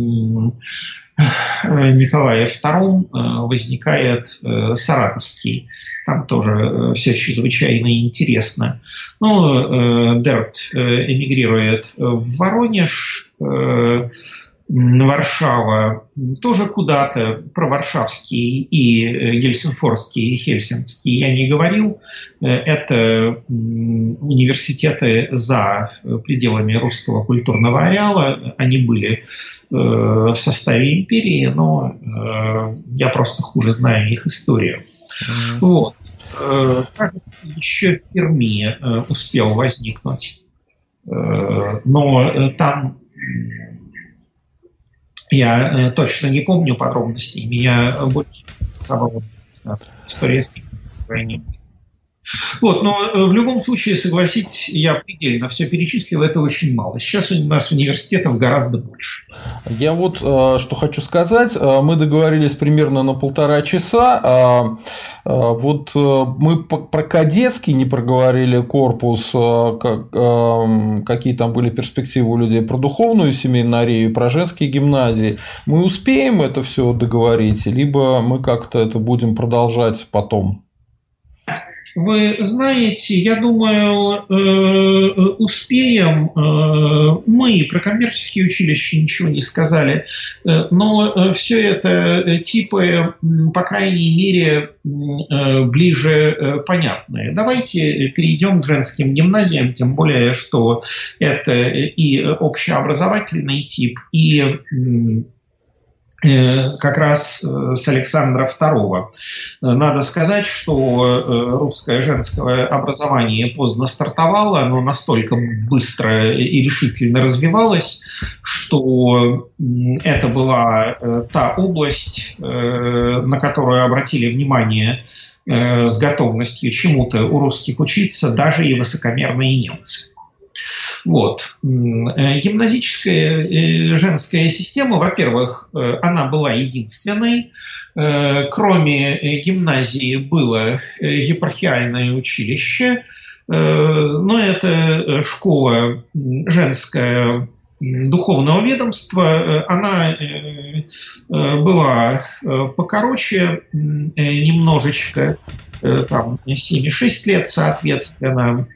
Николае II возникает Саратовский. Там тоже все чрезвычайно интересно. Ну, Дербт эмигрирует в Воронеж, Варшава тоже куда-то, про варшавский и гельсинфорский, и хельсинкский я не говорил. Это университеты за пределами русского культурного ареала. Они были в составе империи, но я просто хуже знаю их историю. Вот. Кажется, еще в Перми успел возникнуть, но там я точно не помню подробностей. Меня больше интересовала история с войны. Вот, но в любом случае, согласитесь, я предельно все перечислил, это очень мало. Сейчас у нас университетов гораздо больше. Я вот что хочу сказать. Мы договорились примерно на 1,5 часа. Вот мы про кадетский не проговорили корпус, какие там были перспективы у людей, про духовную семинарию, про женские гимназии. Мы успеем это все договорить, либо мы как-то это будем продолжать потом? Вы знаете, я думаю, успеем. Мы про коммерческие училища ничего не сказали, но все это типы, по крайней мере, ближе понятные. Давайте перейдем к женским гимназиям, тем более, что это и общеобразовательный тип, и как раз с Александра II. Надо сказать, что русское женское образование поздно стартовало, оно настолько быстро и решительно развивалось, что это была та область, на которую обратили внимание с готовностью чему-то у русских учиться даже и высокомерные немцы. Вот. Гимназическая женская система, во-первых, она была единственной. Кроме гимназии было епархиальное училище, но это школа женская духовного ведомства, она была покороче немножечко, там 7,6 лет, соответственно.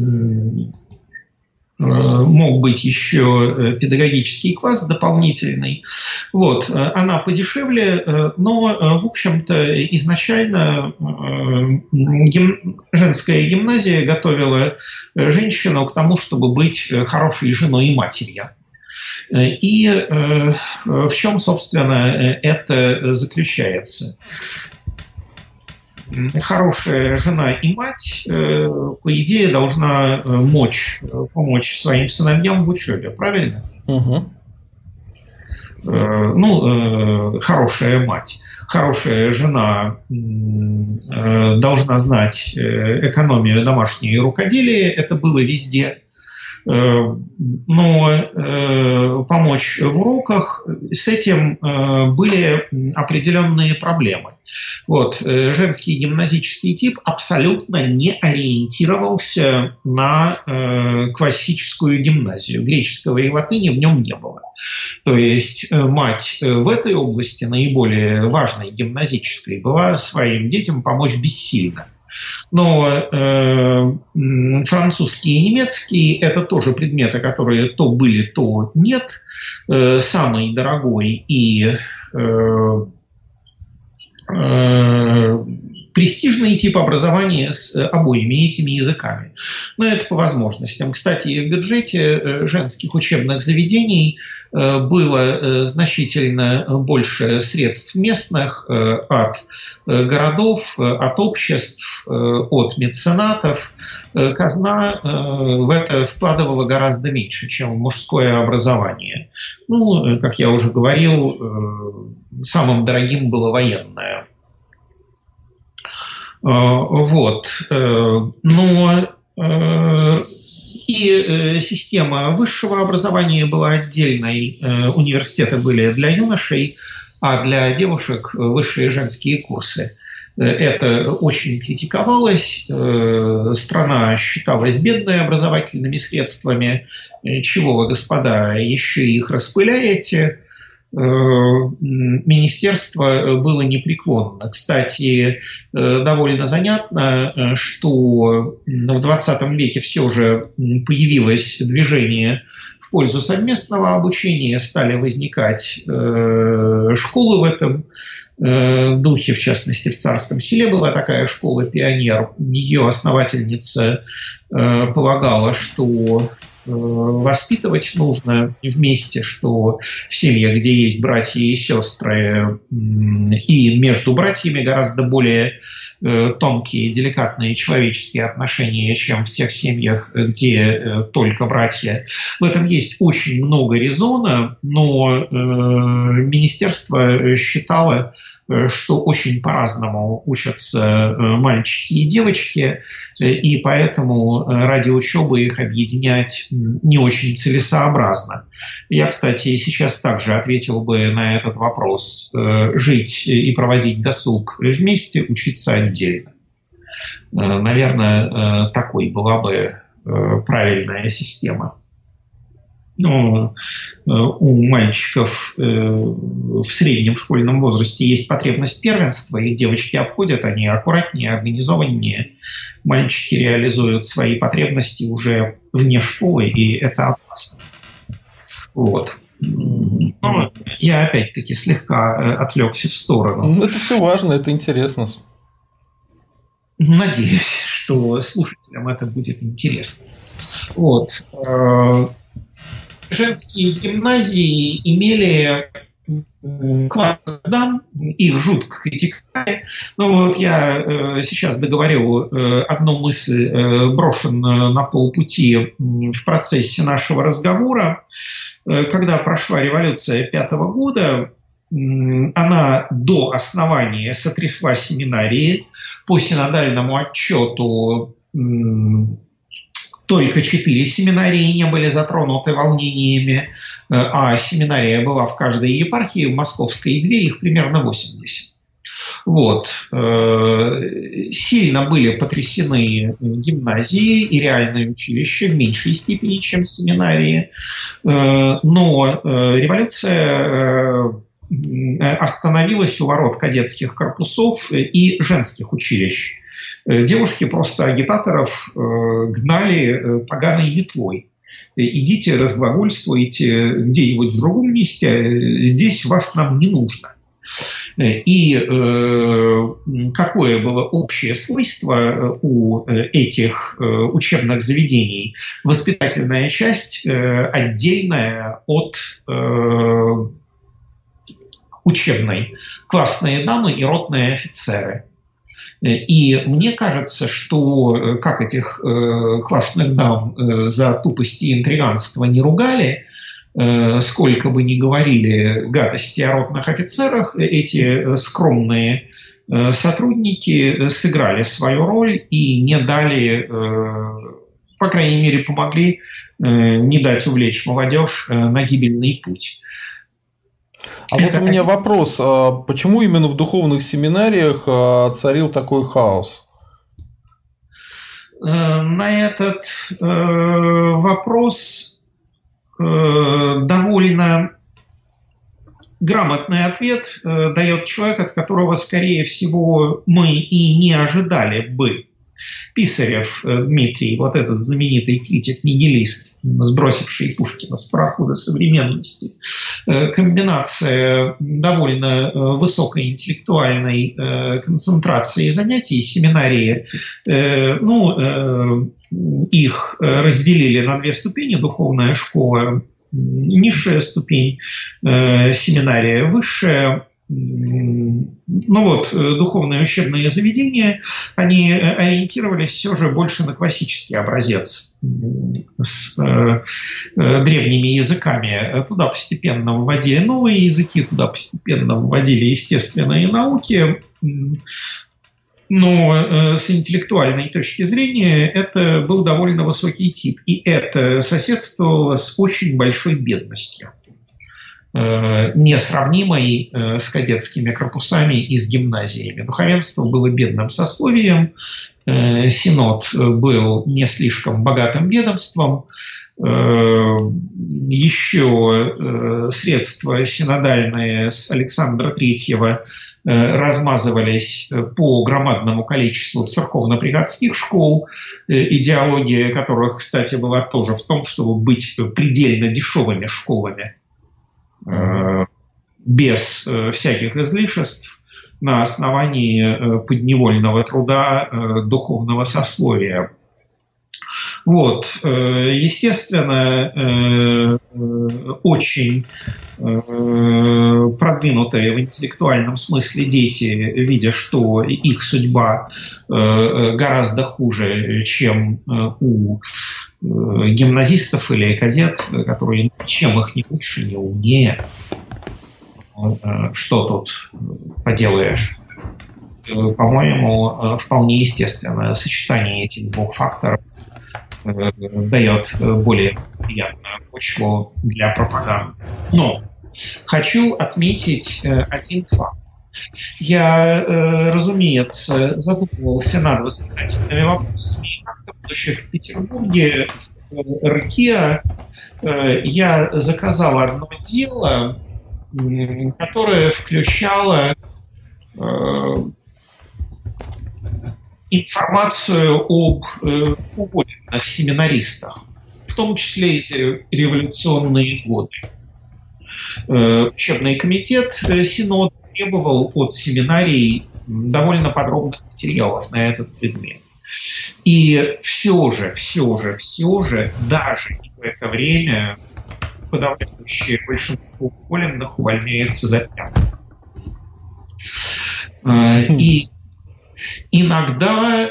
Мог быть еще педагогический класс дополнительный. Вот. Она подешевле, но, в общем-то, изначально женская гимназия готовила женщину к тому, чтобы быть хорошей женой и матерью. И в чем, собственно, это заключается? Хорошая жена и мать, по идее, должна помочь своим сыновьям в учебе, правильно? Угу. Хорошая мать. Хорошая жена должна знать экономию, домашнее и рукоделие, это было везде. Но помочь в уроках, с этим были определенные проблемы. Вот, женский гимназический тип абсолютно не ориентировался на классическую гимназию. Греческого и латыни в нем не было. То есть мать в этой области, наиболее важной гимназической, была своим детям помочь бессильно. Но французский и немецкий – это тоже предметы, которые то были, то нет. Самый дорогой и престижный тип образования с обоими этими языками. Но это по возможностям. Кстати, в бюджете женских учебных заведений было значительно больше средств местных от городов, от обществ, от меценатов. Казна в это вкладывала гораздо меньше, чем в мужское образование. Ну, как я уже говорил, самым дорогим было военное. Вот. Но и система высшего образования была отдельной. Университеты были для юношей, а для девушек высшие женские курсы. Это очень критиковалось. Страна считалась бедной образовательными средствами. Чего вы, господа, еще их распыляете? министерство было непреклонно. Кстати, довольно занятно, что в 20 веке все же появилось движение в пользу совместного обучения, стали возникать школы в этом духе, в частности, в Царском Селе была такая школа «Пионер». Ее основательница полагала, что воспитывать нужно вместе, что в семьях, где есть братья и сестры, и между братьями гораздо более тонкие, деликатные человеческие отношения, чем в тех семьях, где только братья. В этом есть очень много резона, но министерство считало, что очень по-разному учатся мальчики и девочки, и поэтому ради учебы их объединять не очень целесообразно. Я, кстати, сейчас также ответил бы на этот вопрос. Жить и проводить досуг вместе, учиться отдельно. Наверное, такой была бы правильная система. Но у мальчиков в среднем школьном возрасте есть потребность первенства, их девочки обходят, они аккуратнее, организованнее. Мальчики реализуют свои потребности уже вне школы, и это опасно. Вот. Но я опять-таки слегка отвлекся в сторону. Это все важно, это интересно. Надеюсь, что слушателям это будет интересно. Вот. Женские гимназии имели класс дам, их жутко критиковали. Но вот я сейчас договорю одну мысль, брошенную на полпути в процессе нашего разговора. Когда прошла революция 5-го года, она до основания сотрясла семинарии. По синодальному отчету только 4 семинарии не были затронуты волнениями, а семинария была в каждой епархии, в Московской 2, их примерно 80. Вот. Сильно были потрясены гимназии и реальные училища в меньшей степени, чем семинарии. Но революция остановилась у ворот кадетских корпусов и женских училищ. Девушки просто агитаторов гнали поганой метлой. Идите, разглагольствуйте где-нибудь в другом месте, здесь вас нам не нужно. И какое было общее свойство у этих учебных заведений? Воспитательная часть отдельная от учебной. Классные дамы и ротные офицеры. И мне кажется, что как этих классных дам за тупость и интриганство не ругали, сколько бы ни говорили гадости о ротных офицерах, эти скромные сотрудники сыграли свою роль и не дали, по крайней мере, помогли не дать увлечь молодежь на гибельный путь. А вот у меня вопрос, почему именно в духовных семинариях царил такой хаос? На этот вопрос довольно грамотный ответ дает человек, от которого, скорее всего, мы и не ожидали бы. Писарев Дмитрий, вот этот знаменитый критик-нигилист, сбросивший Пушкина с парохода современности. Комбинация довольно высокой интеллектуальной концентрации занятий семинарии. Их разделили на 2 ступени: духовная школа, низшая ступень, семинария, высшая. Духовные учебные заведения, они ориентировались все же больше на классический образец с древними языками. Туда постепенно вводили новые языки, туда постепенно вводили естественные науки. Но с интеллектуальной точки зрения это был довольно высокий тип. И это соседствовало с очень большой бедностью, несравнимой с кадетскими корпусами и с гимназиями. Духовенство было бедным сословием, синод был не слишком богатым ведомством, еще средства синодальные с Александра III размазывались по громадному количеству церковно-приходских школ, идеология которых, кстати, была тоже в том, чтобы быть предельно дешевыми школами, без всяких излишеств, на основании подневольного труда духовного сословия. Вот, естественно, очень продвинутые в интеллектуальном смысле дети, видя, что их судьба гораздо хуже, чем у гимназистов или кадет, которые чем их не лучше, не умнее, что тут поделаешь? По-моему, вполне естественно сочетание этих двух факторов дает более приятную почву для пропаганды. Но хочу отметить один факт. Я, разумеется, задумывался над воспитательными вопросами. Будучи в Петербурге, в РКИА, я заказал одно дело, которое включало информацию об уволенных семинаристах, в том числе эти революционные годы. Учебный комитет Синод требовал от семинарий довольно подробных материалов на этот предмет. И все же, даже в это время подавляющее большинство уволенных увольняется за пьянку. И иногда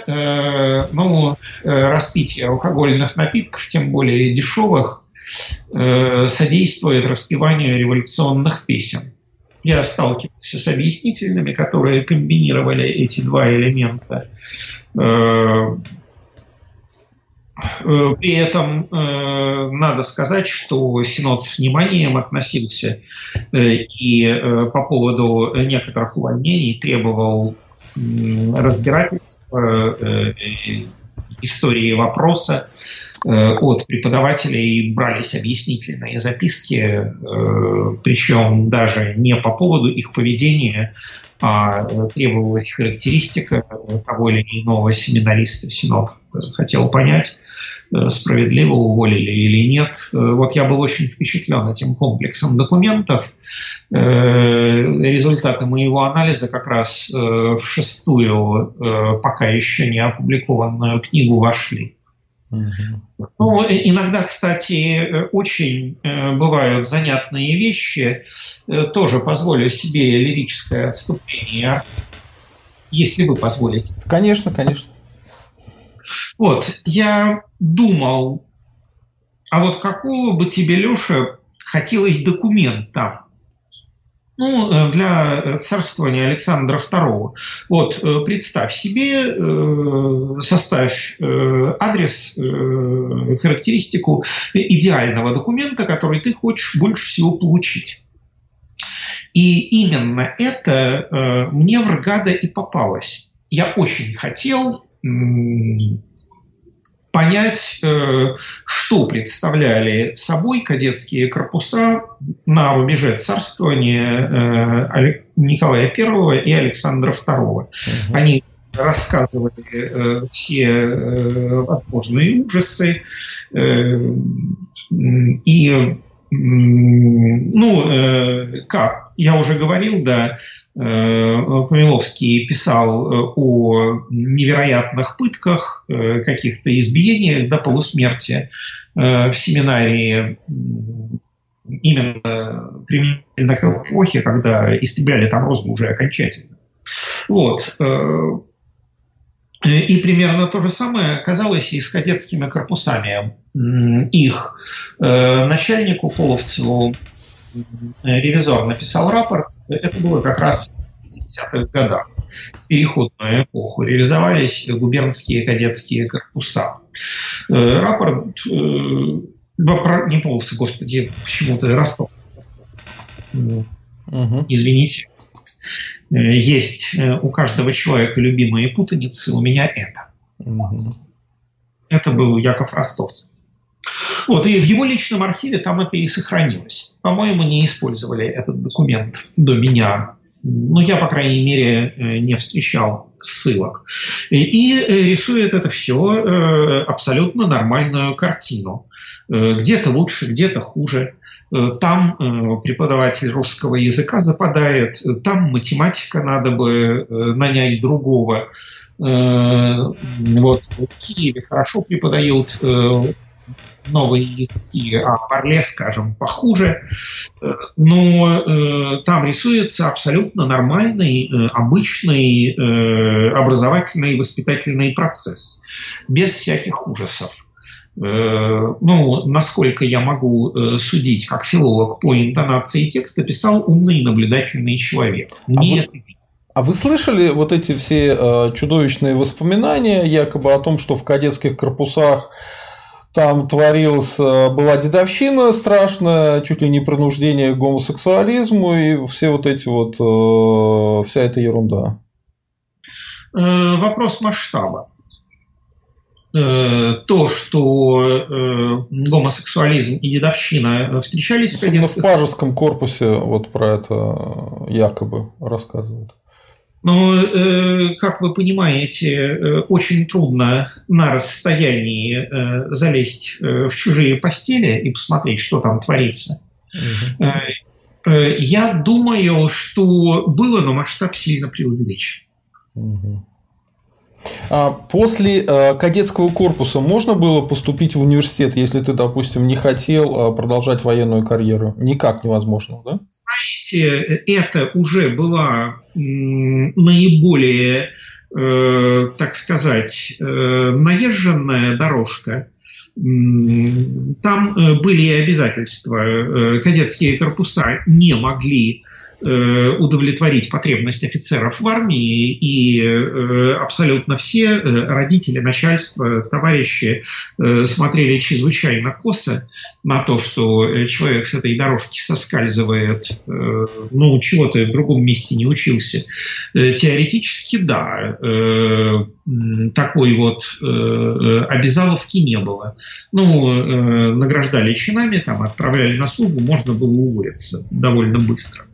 распитие алкогольных напитков, тем более дешевых, содействует распеванию революционных песен. Я сталкивался с объяснительными, которые комбинировали эти два элемента. При этом надо сказать, что Синод с вниманием относился и по поводу некоторых увольнений требовал разбирательства истории вопроса. От преподавателей брались объяснительные записки, причем даже не по поводу их поведения, а требовалась характеристика того или иного семинариста. Синод хотел понять, справедливо уволили или нет. Вот я был очень впечатлен этим комплексом документов. Результаты моего анализа как раз в 6-ю, пока еще не опубликованную книгу вошли. Ну, иногда, кстати, очень бывают занятные вещи. Тоже позволю себе лирическое отступление, если вы позволите. Конечно, конечно. Вот, я думал, а вот какого бы тебе, Леша, хотелось документа? Ну, для царствования Александра II. Вот, представь себе, составь адрес, характеристику идеального документа, который ты хочешь больше всего получить. И именно это мне в Рогада и попалось. Я очень хотел понять, что представляли собой кадетские корпуса на рубеже царствования Николая I и Александра II. Они рассказывали все возможные ужасы и, как я уже говорил, да, Помиловский писал о невероятных пытках, каких-то избиениях до полусмерти в семинарии именно примерно к эпохе, когда истребляли там розгу уже окончательно. Вот. И примерно то же самое оказалось и с кадетскими корпусами. Их начальнику Половцеву ревизор написал рапорт. Это было как раз в 50-х годах. В переходную эпоху ревизовались губернские кадетские корпуса. Рапорт, не Половцев, господи, почему-то Ростовцев. Извините. Есть у каждого человека любимые путаницы, у меня это. Это был Яков Ростовцев. Вот, и в его личном архиве там это и сохранилось. По-моему, не использовали этот документ до меня. Ну, я, по крайней мере, не встречал ссылок. И рисует это все абсолютно нормальную картину. Где-то лучше, где-то хуже. Там преподаватель русского языка западает, там математика, надо бы нанять другого. Вот в Киеве хорошо преподают новые языки, а в Орле, скажем, похуже. Но там рисуется абсолютно нормальный, обычный образовательный и воспитательный процесс, без всяких ужасов. Ну, насколько я могу судить, как филолог по интонации текста, писал умный и наблюдательный человек. А вы слышали вот эти все чудовищные воспоминания, якобы о том, что в кадетских корпусах там была дедовщина страшная, чуть ли не принуждение к гомосексуализму и все вот эти вот, вся эта ерунда? Вопрос масштаба. То, что гомосексуализм и дедовщина встречались в Пажеском корпусе вот про это якобы рассказывают. Но, как вы понимаете, очень трудно на расстоянии залезть в чужие постели и посмотреть, что там творится. Угу. Я думаю, что было, но масштаб сильно преувеличен. Угу. А после кадетского корпуса можно было поступить в университет, если ты, допустим, не хотел продолжать военную карьеру? Никак невозможно, да? Знаете, это уже была наиболее, так сказать, наезженная дорожка. Там были обязательства. Кадетские корпуса не могли удовлетворить потребность офицеров в армии, и абсолютно все родители, начальство, товарищи смотрели чрезвычайно косо на то, что человек с этой дорожки соскальзывает, ну, чего-то в другом месте не учился. Теоретически, да, такой вот обязаловки не было. Ну, награждали чинами, там, отправляли на службу, можно было уволиться довольно быстро.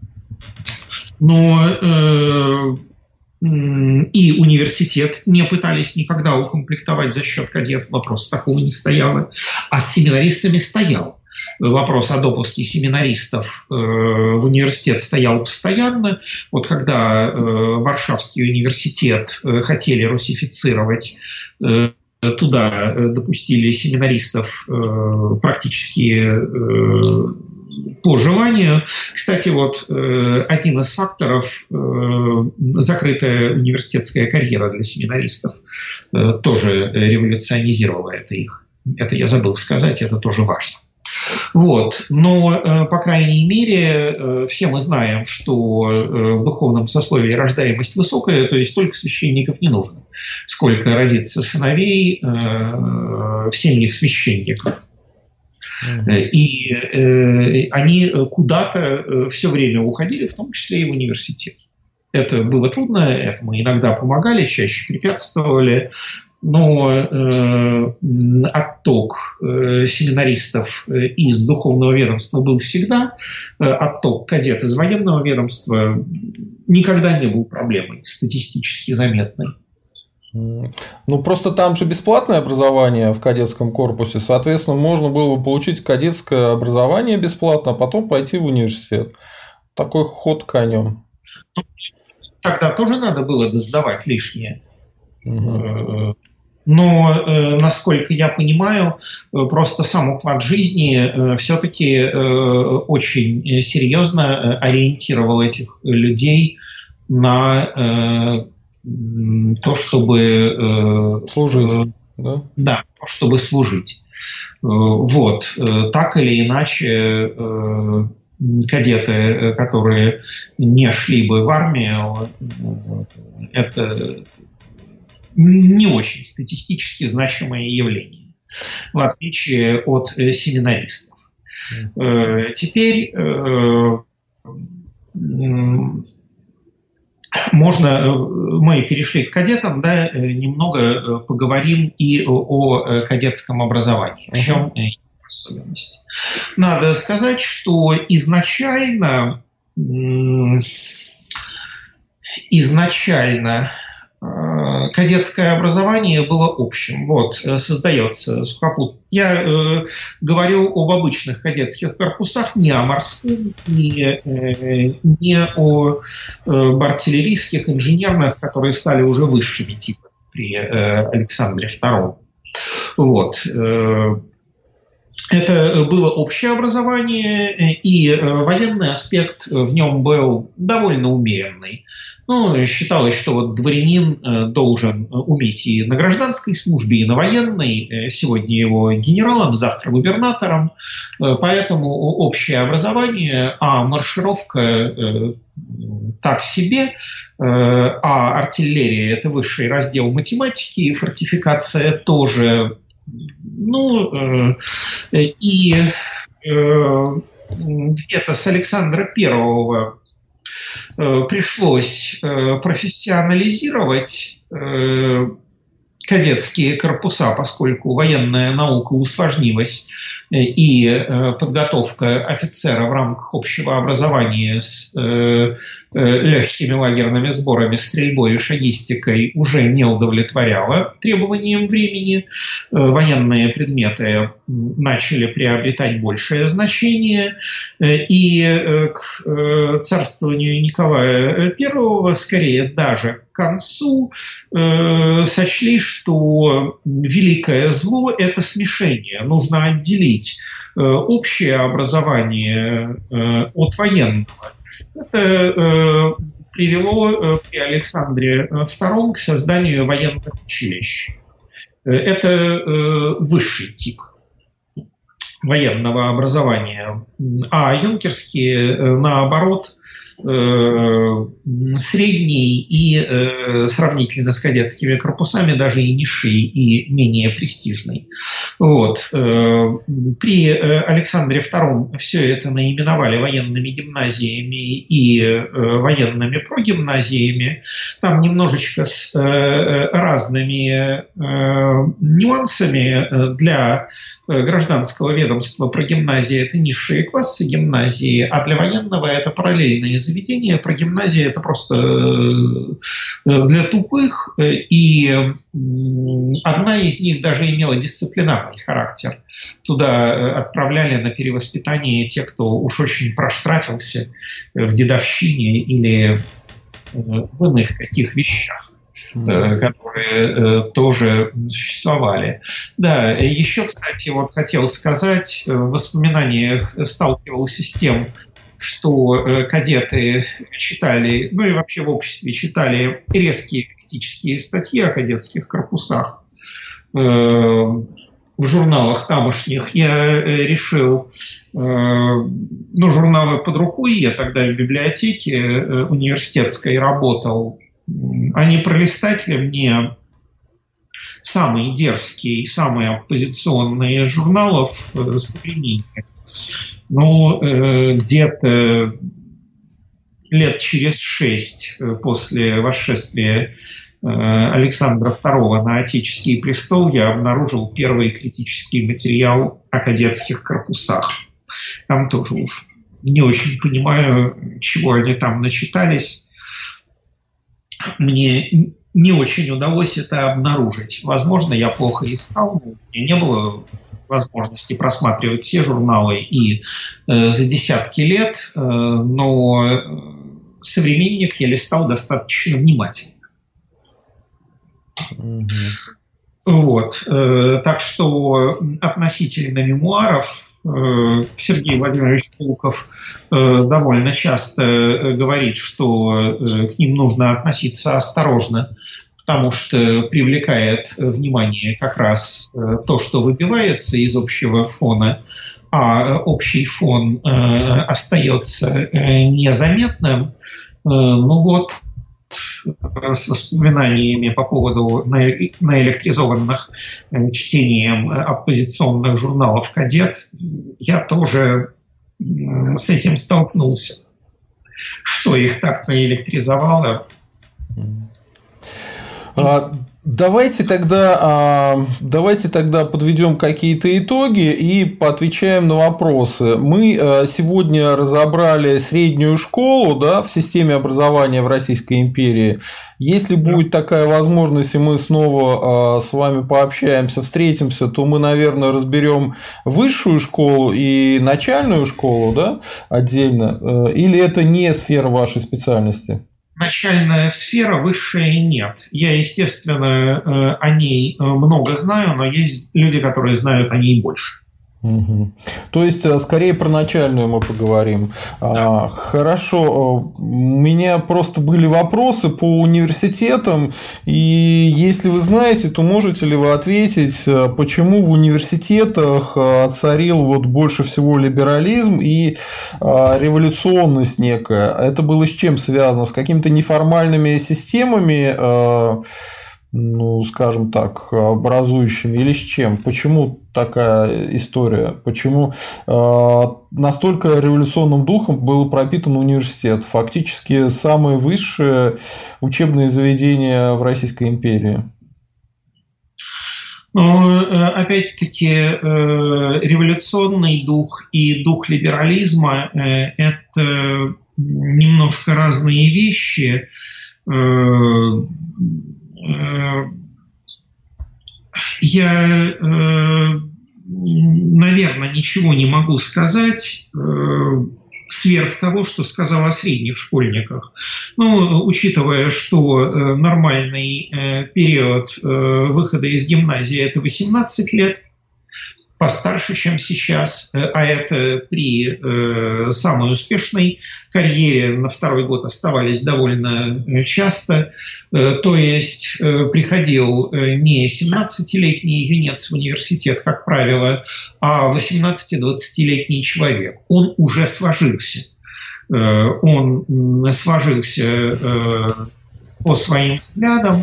Но и университет не пытались никогда укомплектовать за счет кадетов, вопрос такого не стояло. А с семинаристами стоял. Вопрос о допуске семинаристов в университет стоял постоянно. Вот когда Варшавский университет хотели русифицировать, туда допустили семинаристов практически по желанию. Кстати, вот один из факторов – закрытая университетская карьера для семинаристов тоже революционизировала это их. Это я забыл сказать, это тоже важно. Вот. Но, по крайней мере, все мы знаем, что в духовном сословии рождаемость высокая, то есть столько священников не нужно, сколько родится сыновей в семьях священников. И они куда-то все время уходили, в том числе и в университет. Это было трудно, этому иногда помогали, чаще препятствовали, но отток семинаристов из духовного ведомства был всегда, отток кадет из военного ведомства никогда не был проблемой статистически заметной. Ну, просто там же бесплатное образование в кадетском корпусе, соответственно, можно было бы получить кадетское образование бесплатно, а потом пойти в университет. Такой ход конем. Тогда тоже надо было сдавать лишнее. Угу. Но, насколько я понимаю, просто сам уклад жизни все-таки очень серьезно ориентировал этих людей на то, чтобы служить, да? Да, чтобы служить. Вот. Так или иначе, кадеты, которые не шли бы в армию, это не очень статистически значимое явление, в отличие от семинаристов. Теперь мы перешли к кадетам, да, немного поговорим и о кадетском образовании. В чем особенность? Надо сказать, что изначально кадетское образование было общим. Вот, создается сухопутный. Я говорю об обычных кадетских корпусах, не о морском, не о артиллерийских, инженерных, которые стали уже высшими типами при Александре II. Вот. Это было общее образование, и военный аспект в нем был довольно умеренный. Считалось, что вот дворянин должен уметь и на гражданской службе, и на военной. Сегодня его генералом, завтра губернатором. Поэтому общее образование, а маршировка так себе, а артиллерия – это высший раздел математики, фортификация тоже. И где-то с Александра I пришлось профессионализировать кадетские корпуса, поскольку военная наука усложнилась, и подготовка офицера в рамках общего образования с легкими лагерными сборами, стрельбой и шагистикой уже не удовлетворяла требованиям времени. Военные предметы начали приобретать большее значение, и к царствованию Николая I, скорее даже к концу, сочли, что великое зло – это смешение. Нужно отделить общее образование от военного. Это привело при Александре II к созданию военных училищ. Это высший тип военного образования. А юнкерские, наоборот, средний и сравнительно с кадетскими корпусами даже и низший, и менее престижный. Вот. При Александре II все это наименовали военными гимназиями и военными прогимназиями. Там немножечко с разными нюансами. Для гражданского ведомства прогимназия – это низшие классы гимназии, а для военного – это параллельные заведения. Прогимназия – это просто для тупых, и одна из них даже имела дисциплинарный характер. Туда отправляли на перевоспитание тех, кто уж очень проштрафился в дедовщине или в иных каких вещах, которые тоже существовали. Да, еще, кстати, вот хотел сказать, в воспоминаниях сталкивался с тем, что кадеты читали, и вообще в обществе читали резкие критические статьи о кадетских корпусах в журналах тамошних. Я решил, журналы под рукой, я тогда в библиотеке университетской работал, а не пролистать ли мне самые дерзкие и самые оппозиционные журналов современных. Где-то лет через 6 после восшествия Александра II на Отеческий престол я обнаружил первый критический материал о кадетских корпусах. Там тоже уж не очень понимаю, чего они там начитались. Мне не очень удалось это обнаружить. Возможно, я плохо искал, у меня не было возможности просматривать все журналы и за десятки лет, но современник я листал достаточно внимательно. Вот. Так что относительно мемуаров Сергей Владимирович Пулков довольно часто говорит, что к ним нужно относиться осторожно, потому что привлекает внимание как раз то, что выбивается из общего фона, а общий фон остается незаметным. С воспоминаниями по поводу наэлектризованных чтением оппозиционных журналов «Кадет» я тоже с этим столкнулся. Что их так наэлектризовало, Давайте тогда подведем какие-то итоги и поотвечаем на вопросы. Мы сегодня разобрали среднюю школу, да, в системе образования в Российской империи. Если будет такая возможность, и мы снова с вами пообщаемся, встретимся, то мы, наверное, разберем высшую школу и начальную школу, да, отдельно. Или это не сфера вашей специальности? Начальная сфера, высшая нет. Я, естественно, о ней много знаю, но есть люди, которые знают о ней больше. Угу. То есть, скорее про начальную мы поговорим. Да. Хорошо. У меня просто были вопросы по университетам, и если вы знаете, то можете ли вы ответить, почему в университетах царил вот больше всего либерализм и революционность некая? Это было с чем связано? С какими-то неформальными системами, ну, скажем так, образующими, или с чем? Почему такая история? Почему настолько революционным духом был пропитан университет? Фактически самые высшие учебные заведения в Российской империи. Опять-таки, революционный дух и дух либерализма – это немножко разные вещи. Я, наверное, ничего не могу сказать сверх того, что сказал о средних школьниках. Ну, учитывая, что нормальный период выхода из гимназии – это 18 лет, постарше, чем сейчас, а это при самой успешной карьере на второй год оставались довольно часто, то есть приходил не 17-летний юнец в университет, как правило, а 18-20-летний человек. Он уже сложился. Он сложился по своим взглядам.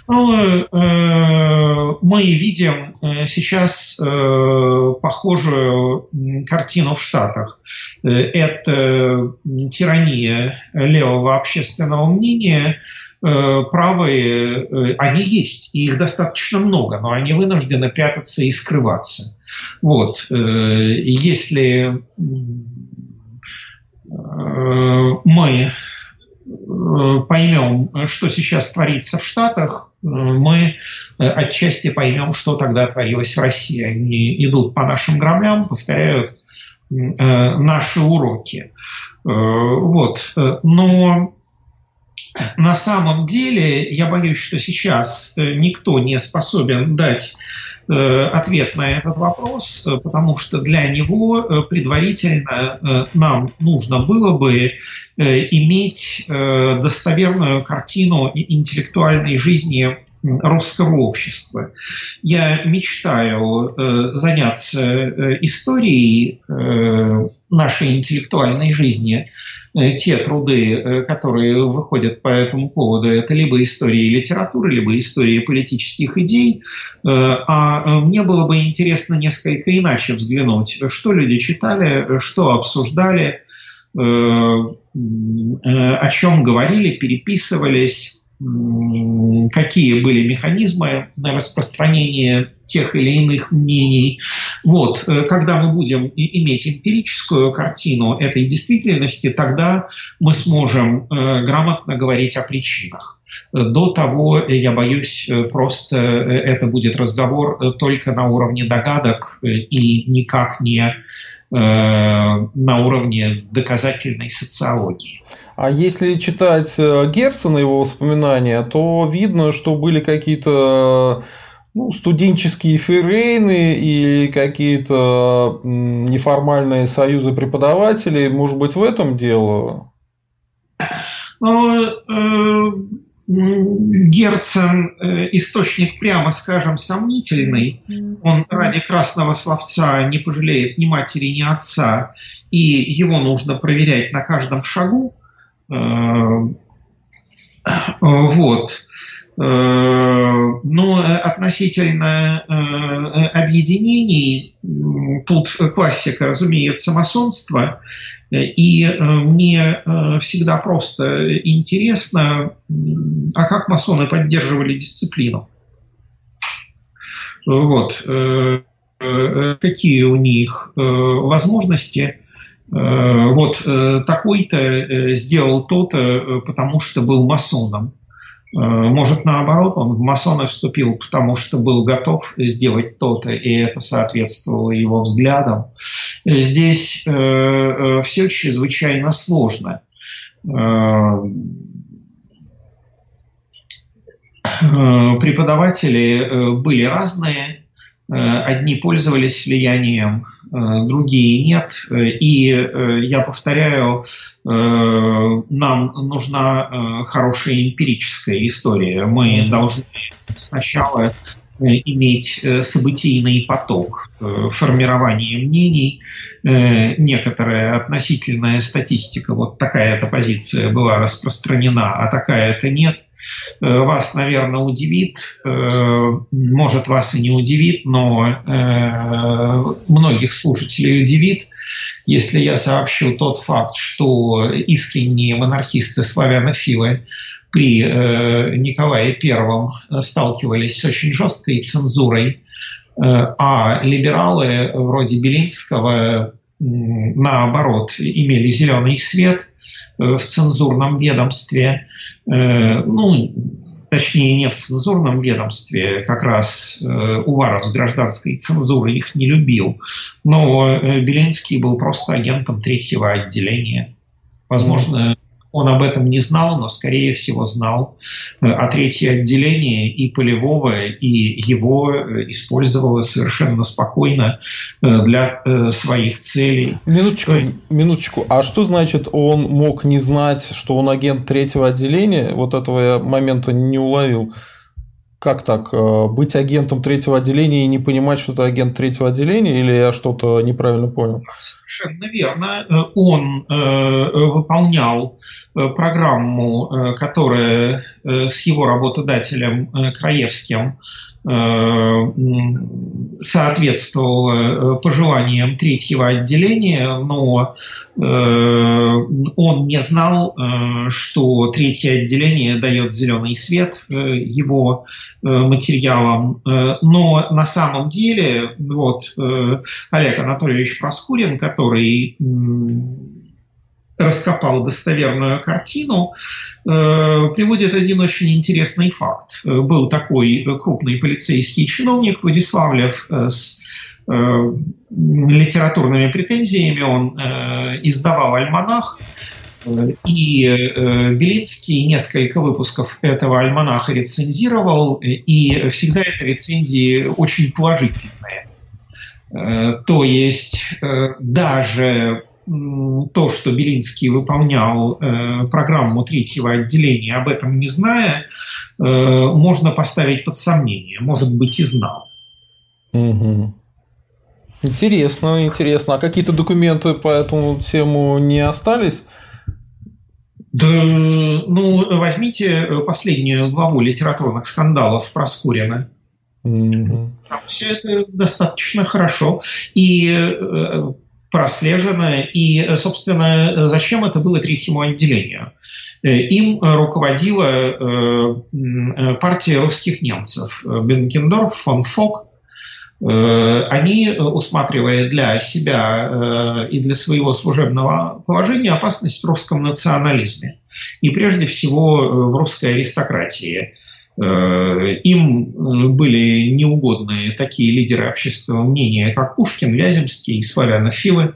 Мы видим сейчас похожую картину в Штатах. Это тирания левого общественного мнения. Правые, они есть, и их достаточно много, но они вынуждены прятаться и скрываться. Вот. Если мы поймем, что сейчас творится в Штатах, мы отчасти поймем, что тогда творилось в России. Они идут по нашим граблям, повторяют наши уроки. Вот. Но на самом деле я боюсь, что сейчас никто не способен дать ответ на этот вопрос, потому что для него предварительно нам нужно было бы иметь достоверную картину интеллектуальной жизни русского общества. Я мечтаю заняться историей нашей интеллектуальной жизни. Те труды, которые выходят по этому поводу, это либо история литературы, либо история политических идей. А мне было бы интересно несколько иначе взглянуть, что люди читали, что обсуждали, о чем говорили, переписывались, какие были механизмы распространения тех или иных мнений. Вот. Когда мы будем иметь эмпирическую картину этой действительности, тогда мы сможем грамотно говорить о причинах. До того, я боюсь, просто это будет разговор только на уровне догадок и никак не на уровне доказательной социологии. А если читать Герцена, его воспоминания, то видно, что были какие-то студенческие фейрейны и какие-то неформальные союзы преподавателей. Может быть, в этом дело? Герцен источник, прямо скажем, сомнительный. Он ради красного словца не пожалеет ни матери, ни отца, и его нужно проверять на каждом шагу. Вот. Но относительно объединений, тут классика, разумеется, масонство. И мне всегда просто интересно, а как масоны поддерживали дисциплину? Вот. Какие у них возможности? Вот такой-то сделал то-то, потому что был масоном. Может, наоборот, он в масоны вступил, потому что был готов сделать то-то, и это соответствовало его взглядам. Здесь все чрезвычайно сложно. Преподаватели были разные. Одни пользовались влиянием, другие нет. И я повторяю, нам нужна хорошая эмпирическая история. Мы должны сначала иметь событийный поток формирования мнений, некоторая относительная статистика. Вот такая-то позиция была распространена, а такая-то нет. Вас, наверное, удивит, может, вас и не удивит, но многих слушателей удивит, если я сообщу тот факт, что искренние монархисты-славянофилы при Николае I сталкивались с очень жесткой цензурой, а либералы вроде Белинского, наоборот, имели зеленый свет в цензурном ведомстве, точнее, не в цензурном ведомстве, как раз Уваров с гражданской цензурой их не любил, но Белинский был просто агентом третьего отделения. Возможно, он об этом не знал, но, скорее всего, знал. А третье отделение и Полевого, и его использовало совершенно спокойно для своих целей. Минуточку. А что значит, он мог не знать, что он агент третьего отделения? Вот этого я момента не уловил. Как так? Быть агентом третьего отделения и не понимать, что это агент третьего отделения? Или я что-то неправильно понял? Совершенно верно. Он выполнял программу, которая с его работодателем Краевским соответствовала пожеланиям третьего отделения, но он не знал, что третье отделение дает зеленый свет его материалам. Но на самом деле вот Олег Анатольевич Проскурин, который раскопал достоверную картину, приводит один очень интересный факт. Был такой крупный полицейский чиновник Владиславлев с литературными претензиями. Он издавал альманах, и Белинский несколько выпусков этого альманаха рецензировал, и всегда это рецензии очень положительные. То есть даже то, что Белинский выполнял программу третьего отделения, об этом не зная, можно поставить под сомнение. Может быть, и знал. Угу. Интересно. А какие-то документы по этому тему не остались? Да, возьмите последнюю главу литературных скандалов Проскурина. Там все это достаточно хорошо. И прослежено, и, собственно, зачем это было третьему отделению? Им руководила партия русских немцев, Бенкендорф, фон Фок. Они усматривали для себя и для своего служебного положения опасность в русском национализме, и прежде всего в русской аристократии. Им были неугодны такие лидеры общественного мнения, как Пушкин, Вяземский и славянофилы.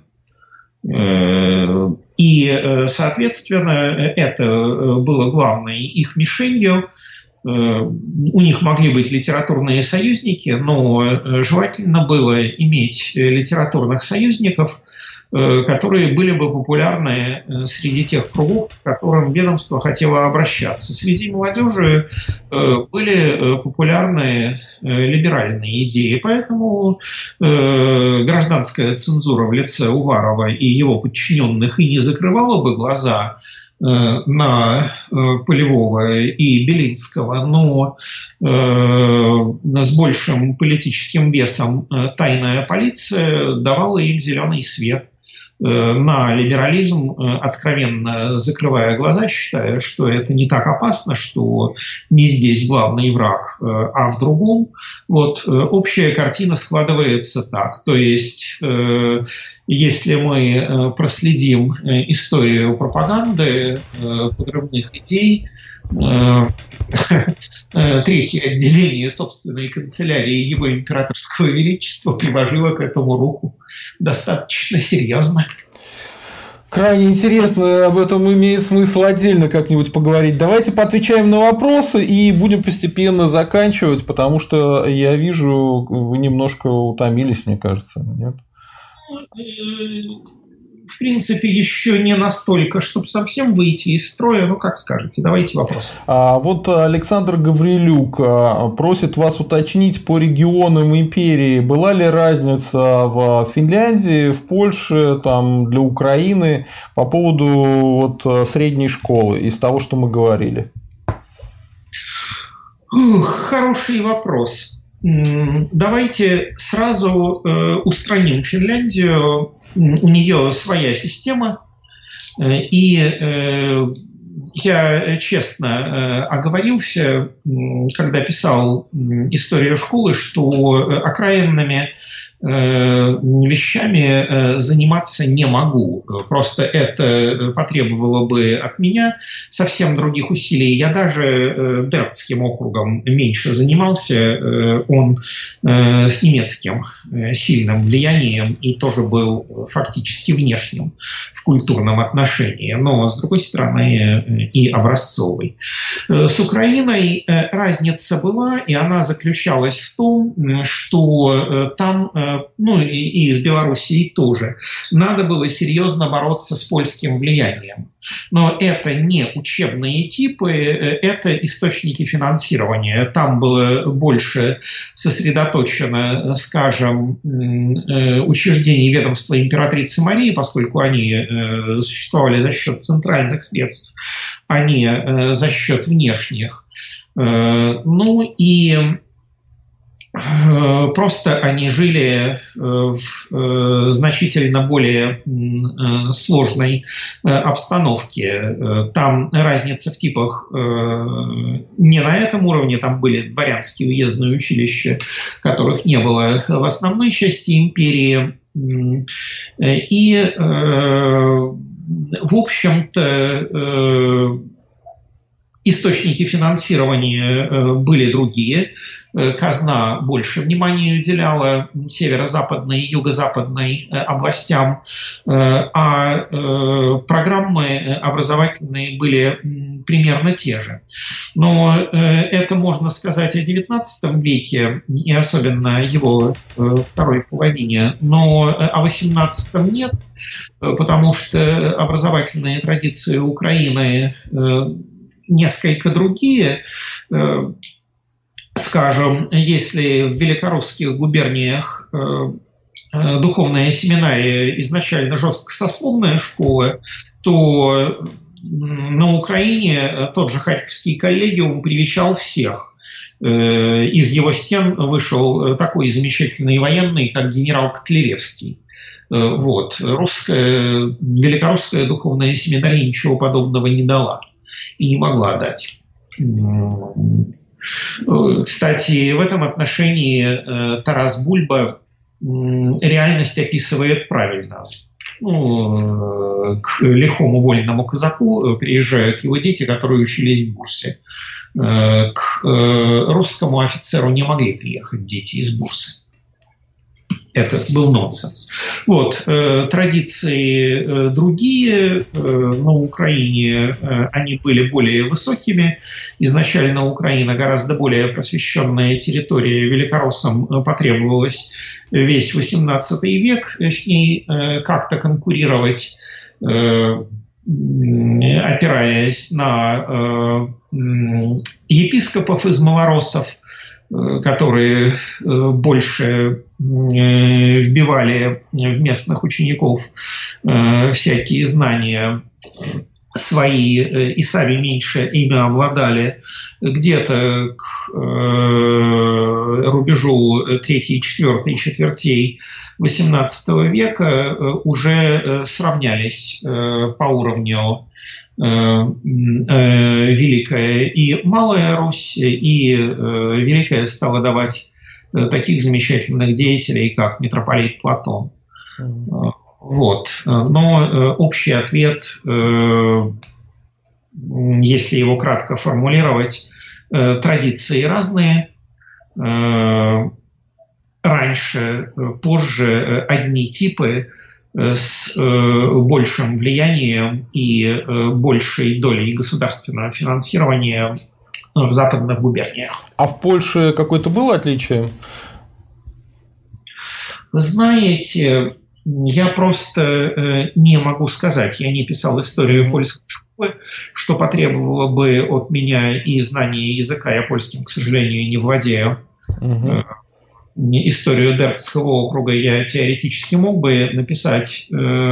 И, соответственно, это было главной их мишенью. У них могли быть литературные союзники, но желательно было иметь литературных союзников, которые были бы популярны среди тех кругов, к которым ведомство хотело обращаться. Среди молодежи были популярны либеральные идеи, поэтому гражданская цензура в лице Уварова и его подчиненных и не закрывала бы глаза на Полевого и Белинского, но с большим политическим весом тайная полиция давала им зеленый свет. на либерализм, откровенно закрывая глаза, считая, что это не так опасно, что не здесь главный враг, а в другом. Вот общая картина складывается так. То есть, если мы проследим историю пропаганды, подрывных идей, третье отделение собственной канцелярии Его Императорского Величества приложило к этому руку достаточно серьезно. Крайне интересно, об этом имеет смысл отдельно как-нибудь поговорить. Давайте поотвечаем на вопросы и будем постепенно заканчивать, потому что я вижу, вы немножко утомились, мне кажется, нет? В принципе, еще не настолько, чтобы совсем выйти из строя. Ну, как скажете, давайте вопрос. Вот Александр Гаврилюк просит вас уточнить по регионам империи. Была ли разница в Финляндии, в Польше, там, для Украины по поводу вот средней школы из того, что мы говорили? Хороший вопрос. Давайте сразу устраним Финляндию. У нее своя система, и я честно оговорился, когда писал историю школы, что окраинными вещами заниматься не могу. Просто это потребовало бы от меня совсем других усилий. Я даже Дербцким округом меньше занимался. Он с немецким сильным влиянием и тоже был фактически внешним в культурном отношении, но, с другой стороны, и образцовый. С Украиной разница была, и она заключалась в том, что там, ну и с Белоруссией тоже, надо было серьезно бороться с польским влиянием. Но это не учебные типы, это источники финансирования. Там было больше сосредоточено, скажем, учреждений ведомства императрицы Марии, поскольку они существовали за счет центральных средств, а не за счет внешних. Ну и просто они жили в значительно более сложной обстановке. Там разница в типах не на этом уровне. Там были дворянские уездные училища, которых не было в основной части империи. И, в общем-то, источники финансирования были другие. Казна больше внимания уделяла северо-западной и юго-западной областям, а программы образовательные были примерно те же. Но это можно сказать о XIX веке, и особенно его второй половине, но о XVIII нет, потому что образовательные традиции Украины несколько другие. Скажем, если в великорусских губерниях духовная семинария изначально жестко сословная школа, то на Украине тот же Харьковский коллегиум привечал всех. Из его стен вышел такой замечательный военный, как генерал Котляревский. Вот. Великорусская духовная семинария ничего подобного не дала и не могла дать. Кстати, в этом отношении Тарас Бульба реальность описывает правильно. К лихому вольному казаку приезжают его дети, которые учились в Бурсе. К русскому офицеру не могли приехать дети из Бурсы. Это был нонсенс. Вот, традиции другие. На Украине они были более высокими. Изначально Украина гораздо более просвещенная территория. Великороссам потребовалось весь XVIII век с ней как-то конкурировать, опираясь на епископов из малороссов, которые больше вбивали в местных учеников всякие знания свои и сами меньше ими обладали, где-то к рубежу 3-4 четвертей XVIII века уже сравнялись по уровню Великая и Малая Русь, и Великая стала давать таких замечательных деятелей, как митрополит Платон. Вот. Но общий ответ, если его кратко формулировать, традиции разные. Раньше, позже одни типы с большим влиянием и большей долей государственного финансирования в западных губерниях. А в Польше какое-то было отличие? Знаете, я просто не могу сказать. Я не писал историю польской школы, что потребовало бы от меня и знания языка. Я польским, к сожалению, не владею. Историю Дербцкого округа я теоретически мог бы написать,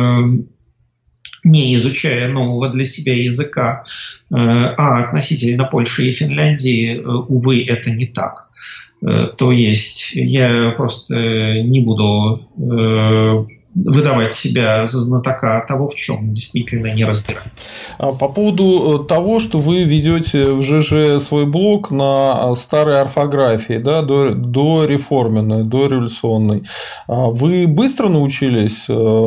не изучая нового для себя языка, а относительно Польши и Финляндии, увы, это не так. То есть я просто не буду выдавать себя за знатока того, в чем действительно не разбираюсь. По поводу того, что вы ведете в ЖЖ свой блог на старой орфографии, да, до реформенной, до революционной, вы быстро научились?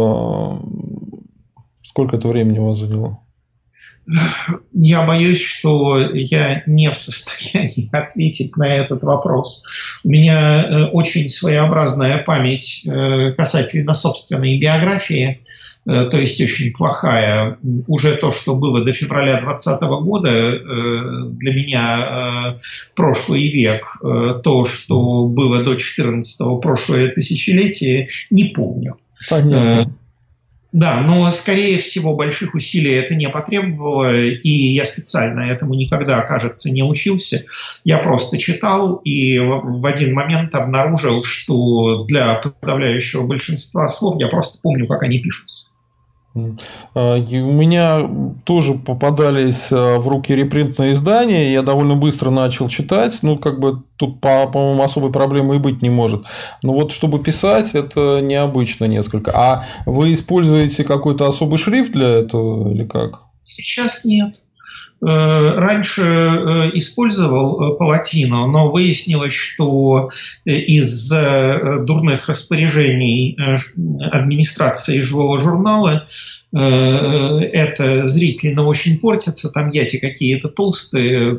Сколько это времени у вас заняло? Я боюсь, что я не в состоянии ответить на этот вопрос. У меня очень своеобразная память касательно собственной биографии, то есть очень плохая. Уже то, что было до февраля 2020 года, для меня прошлый век, то, что было до 14-го, прошлое тысячелетие, не помню. Понятно. Да, но, скорее всего, больших усилий это не потребовало, и я специально этому никогда, кажется, не учился. Я просто читал и в один момент обнаружил, что для подавляющего большинства слов я просто помню, как они пишутся. У меня тоже попадались в руки репринтные издания, я довольно быстро начал читать, тут, по-моему, особой проблемы и быть не может. Но вот чтобы писать, это необычно несколько. А вы используете какой-то особый шрифт для этого или как? Сейчас нет. Раньше использовал палатину, но выяснилось, что из-за дурных распоряжений администрации живого журнала это зрительно очень портится, там яти какие-то толстые,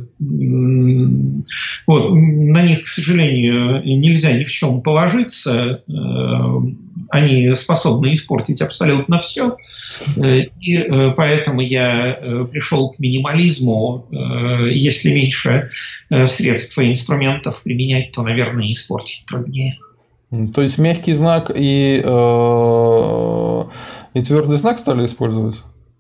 вот, на них, к сожалению, нельзя ни в чем положиться, они способны испортить абсолютно все, и поэтому я пришел к минимализму. Если меньше средств и инструментов применять, то, наверное, испортить труднее. То есть мягкий знак и твердый знак стали использовать?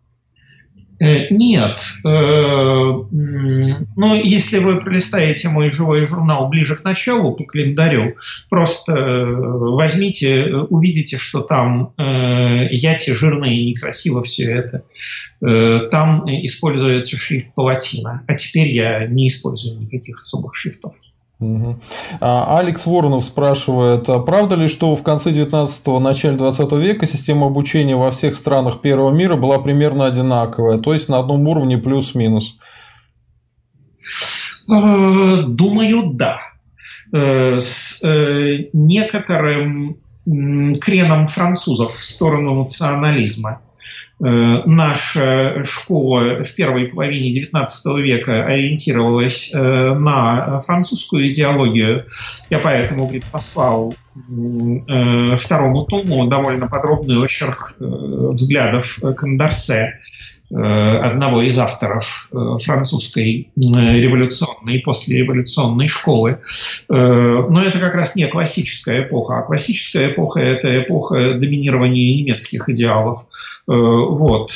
Нет. Но если вы пролистаете мой живой журнал ближе к началу, по календарю, просто возьмите, увидите, что там яти жирные и некрасиво все это. Там используется шрифт палатина, а теперь я не использую никаких особых шрифтов. Угу. Алекс Воронов спрашивает, правда ли, что в конце 19-го, начале 20 века система обучения во всех странах первого мира была примерно одинаковая, то есть на одном уровне плюс-минус? Думаю, да. С некоторым креном французов в сторону национализма. Наша школа в первой половине XIX века ориентировалась на французскую идеологию. Я поэтому послал второму тому довольно подробный очерк взглядов Кондорсе, одного из авторов французской революционной и послереволюционной школы. Но это как раз не классическая эпоха, а классическая эпоха – это эпоха доминирования немецких идеалов. Вот.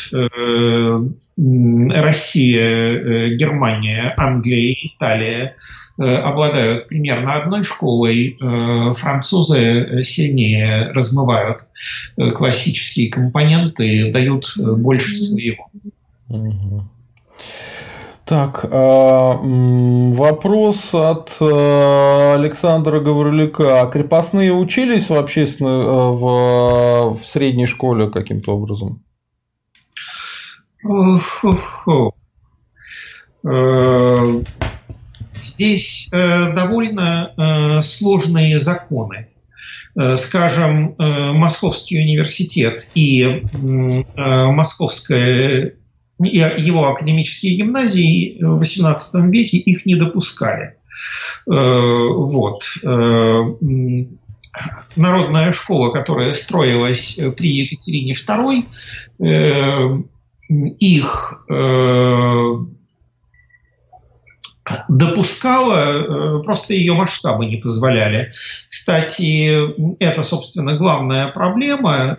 Россия, Германия, Англия, Италия обладают примерно одной школой, французы сильнее размывают классические компоненты и дают больше своего. Угу. Так, вопрос от Александра Гаврилюка. Крепостные учились в общественной, в средней школе каким-то образом? Здесь довольно сложные законы. Скажем, Московский университет и Московская его академические гимназии в XVIII веке их не допускали. Вот. Народная школа, которая строилась при Екатерине II, их допускала, просто ее масштабы не позволяли. Кстати, это, собственно, главная проблема.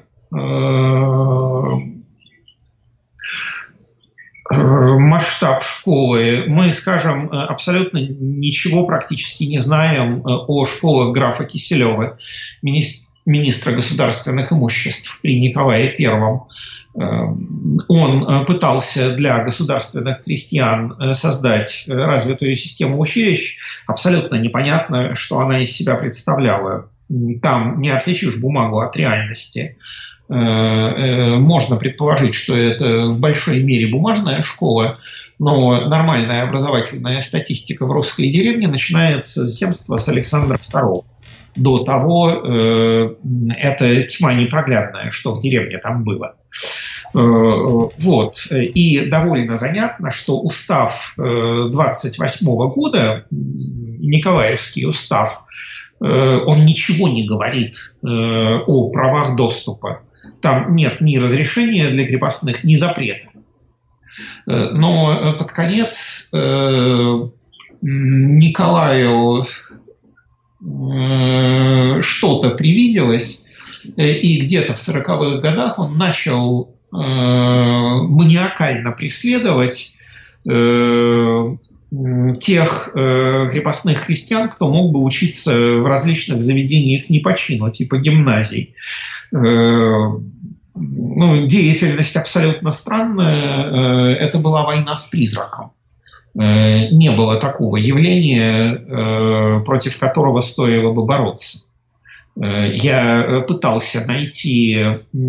Масштаб школы. Мы, скажем, абсолютно ничего практически не знаем о школах графа Киселева, министра государственных имуществ при Николае I. Он пытался для государственных крестьян создать развитую систему училищ. Абсолютно непонятно, что она из себя представляла. Там не отличишь бумагу от реальности. Можно предположить, что это в большой мере бумажная школа, но нормальная образовательная статистика в русской деревне начинается с земства с Александра II. До того это тьма непроглядная, что в деревне там было. Вот. И довольно занятно, что устав 28 года, Николаевский устав, он ничего не говорит о правах доступа. Там нет ни разрешения для крепостных, ни запрета. Но под конец Николаю что-то привиделось, и где-то в 40-х годах он начал маниакально преследовать тех крепостных крестьян, кто мог бы учиться в различных заведениях не по чину, типа гимназий. Деятельность абсолютно странная. Это была война с призраком. Не было такого явления, против которого стоило бы бороться. Я пытался найти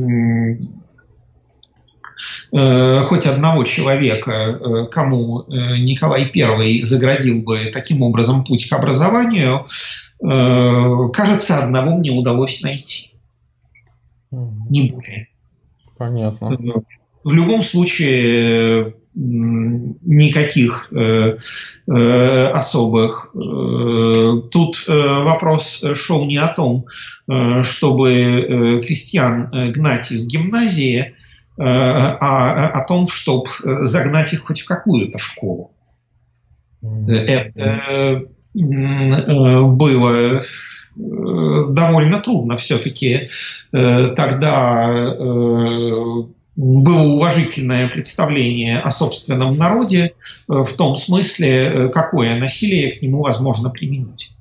хоть одного человека, кому Николай I заградил бы таким образом путь к образованию. Кажется, одного мне удалось найти. Не более. Понятно. В любом случае, никаких особых. Тут вопрос шел не о том, чтобы крестьян гнать из гимназии, а о том, чтобы загнать их хоть в какую-то школу. Это было довольно трудно все-таки. Тогда было уважительное представление о собственном народе в том смысле, какое насилие к нему возможно применить.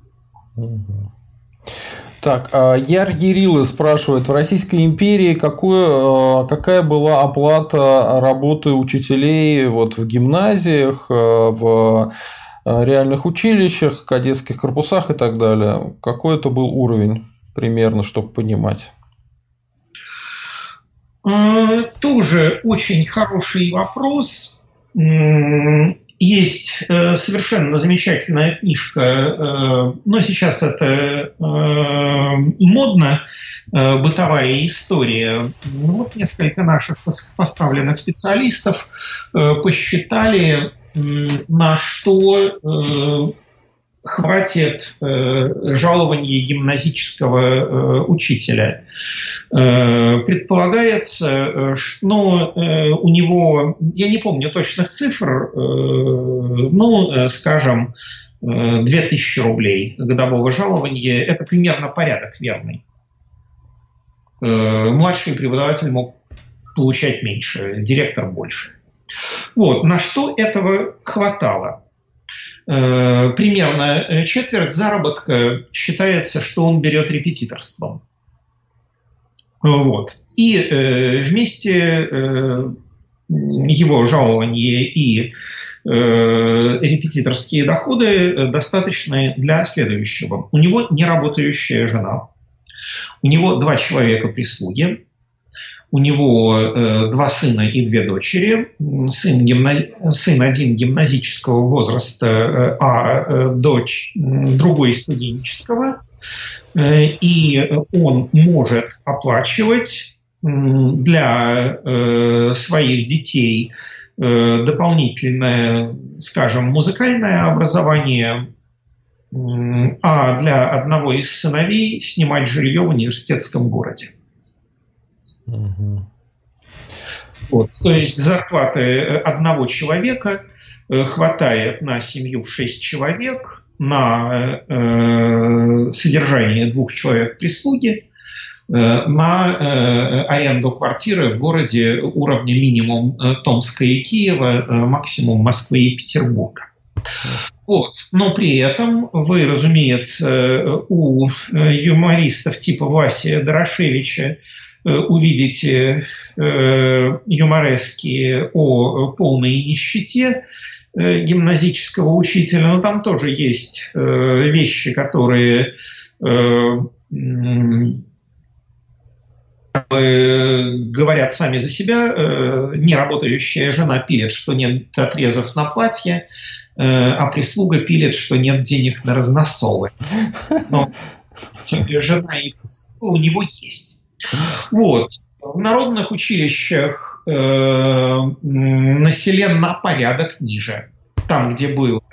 Так, Яр Ярилы спрашивает, в Российской империи какая была оплата работы учителей вот в гимназиях, в реальных училищах, кадетских корпусах и так далее? Какой это был уровень примерно, чтобы понимать? Тоже очень хороший вопрос. Есть совершенно замечательная книжка, но сейчас это модно, бытовая история. Вот несколько наших поставленных специалистов посчитали, на что хватит жалования гимназического учителя. Предполагается, что у него, я не помню точных цифр, скажем, 2000 рублей годового жалования – это примерно порядок верный. Младший преподаватель мог получать меньше, директор больше. Вот. На что этого хватало? Примерно четверть заработка считается, что он берет репетиторством. Вот. И вместе его жалование и репетиторские доходы достаточны для следующего. У него неработающая жена, у него 2 человека прислуги, у него 2 сына и 2 дочери, сын один гимназического возраста, а дочь другой студенческого, и он может оплачивать для своих детей дополнительное, скажем, музыкальное образование, а для одного из сыновей снимать жилье в университетском городе. Вот, то есть зарплаты одного человека хватает на семью в 6 человек, на содержание 2 человек прислуги, на аренду квартиры в городе уровня минимум Томска и Киева, максимум Москвы и Петербурга. Вот. Но при этом вы, разумеется, у юмористов типа Васи Дорошевича увидите юморески о полной нищете гимназического учителя, но там тоже есть вещи, которые говорят сами за себя. Неработающая жена пилит, что нет отрезов на платье, а прислуга пилит, что нет денег на разносолы. Но жена и прислуга у него есть. Вот. В народных училищах населен на порядок ниже. Там, где было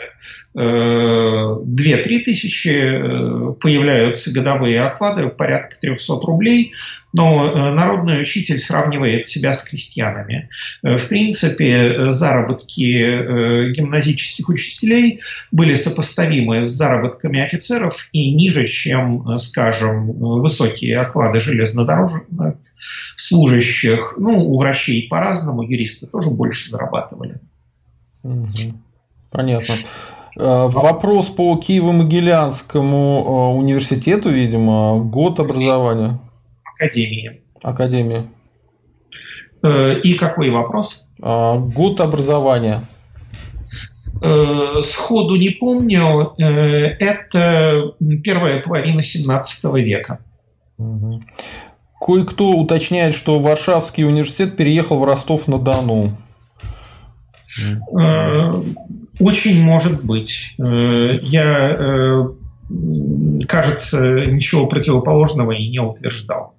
2-3 тысячи, появляются годовые оклады порядка 300 рублей, но народный учитель сравнивает себя с крестьянами. В принципе, заработки гимназических учителей были сопоставимы с заработками офицеров и ниже, чем, скажем, высокие оклады железнодорожных служащих. Ну, у врачей по-разному, юристы тоже больше зарабатывали. Понятно. Вопрос по Киево-Могилянскому университету, видимо, год образования. Академия. И какой вопрос? Год образования. Сходу не помню. Это первая половина 17 века. Кое-кто уточняет, что Варшавский университет переехал в Ростов-на-Дону. Очень может быть. Я, кажется, ничего противоположного и не утверждал.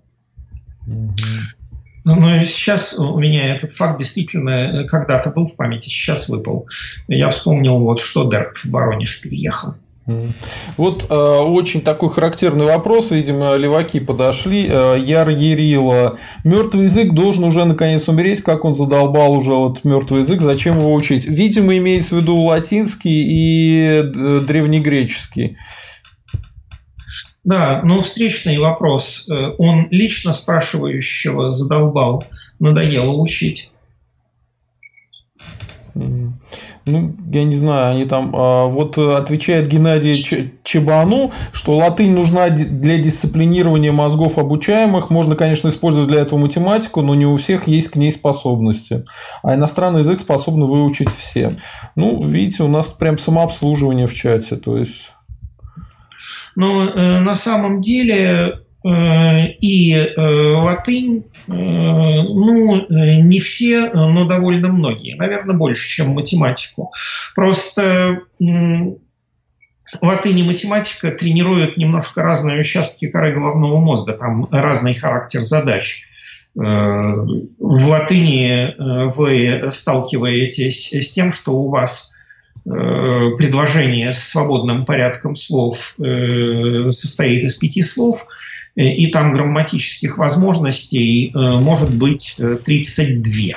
Но сейчас у меня этот факт действительно когда-то был в памяти, сейчас выпал. Я вспомнил, вот, что Дерб в Воронеж переехал. Вот очень такой характерный вопрос, видимо, леваки подошли. Яр Ярила. Мертвый язык должен уже наконец умереть, как он задолбал уже вот мертвый язык, зачем его учить? Видимо, имеется в виду латинский и древнегреческий. Да, но встречный вопрос. Он лично спрашивающего задолбал, надоело учить. Ну, я не знаю, они там вот отвечает Геннадий Чебану, что латынь нужна для дисциплинирования мозгов обучаемых. Можно, конечно, использовать для этого математику, но не у всех есть к ней способности. А иностранный язык способны выучить все. Ну, видите, у нас прям самообслуживание в чате. То есть... Но на самом деле и латынь, ну, не все, но довольно многие, наверное, больше, чем математику. Просто латынь и математика тренируют немножко разные участки коры головного мозга, там разный характер задач. В латыни вы сталкиваетесь с тем, что у вас предложение с свободным порядком слов состоит из 5 слов, и там грамматических возможностей может быть 32.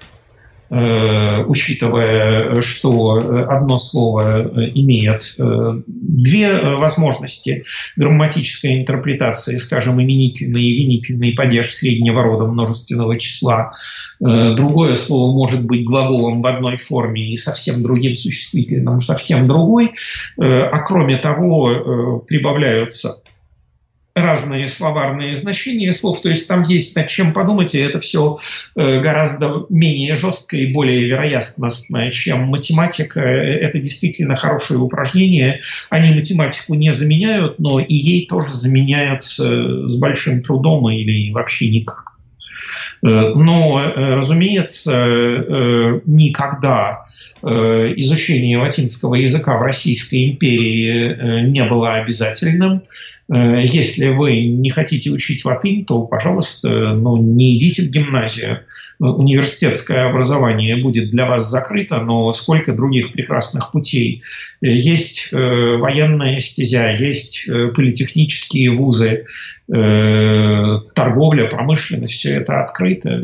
Учитывая, что одно слово имеет 2 возможности грамматической интерпретации, скажем, именительный и винительный падеж среднего рода множественного числа, другое слово может быть глаголом в одной форме и совсем другим существительным, совсем другой, а кроме того прибавляются разные словарные значения слов, то есть там есть над чем подумать, и это все гораздо менее жестко и более вероятностно, чем математика. Это действительно хорошее упражнение. Они математику не заменяют, но и ей тоже заменяются с большим трудом или вообще никак. Но, разумеется, никогда изучение латинского языка в Российской империи не было обязательным. Если вы не хотите учить латынь, то, пожалуйста, не идите в гимназию. Университетское образование будет для вас закрыто, но сколько других прекрасных путей. Есть военная стезя, есть политехнические вузы, торговля, промышленность, все это открыто.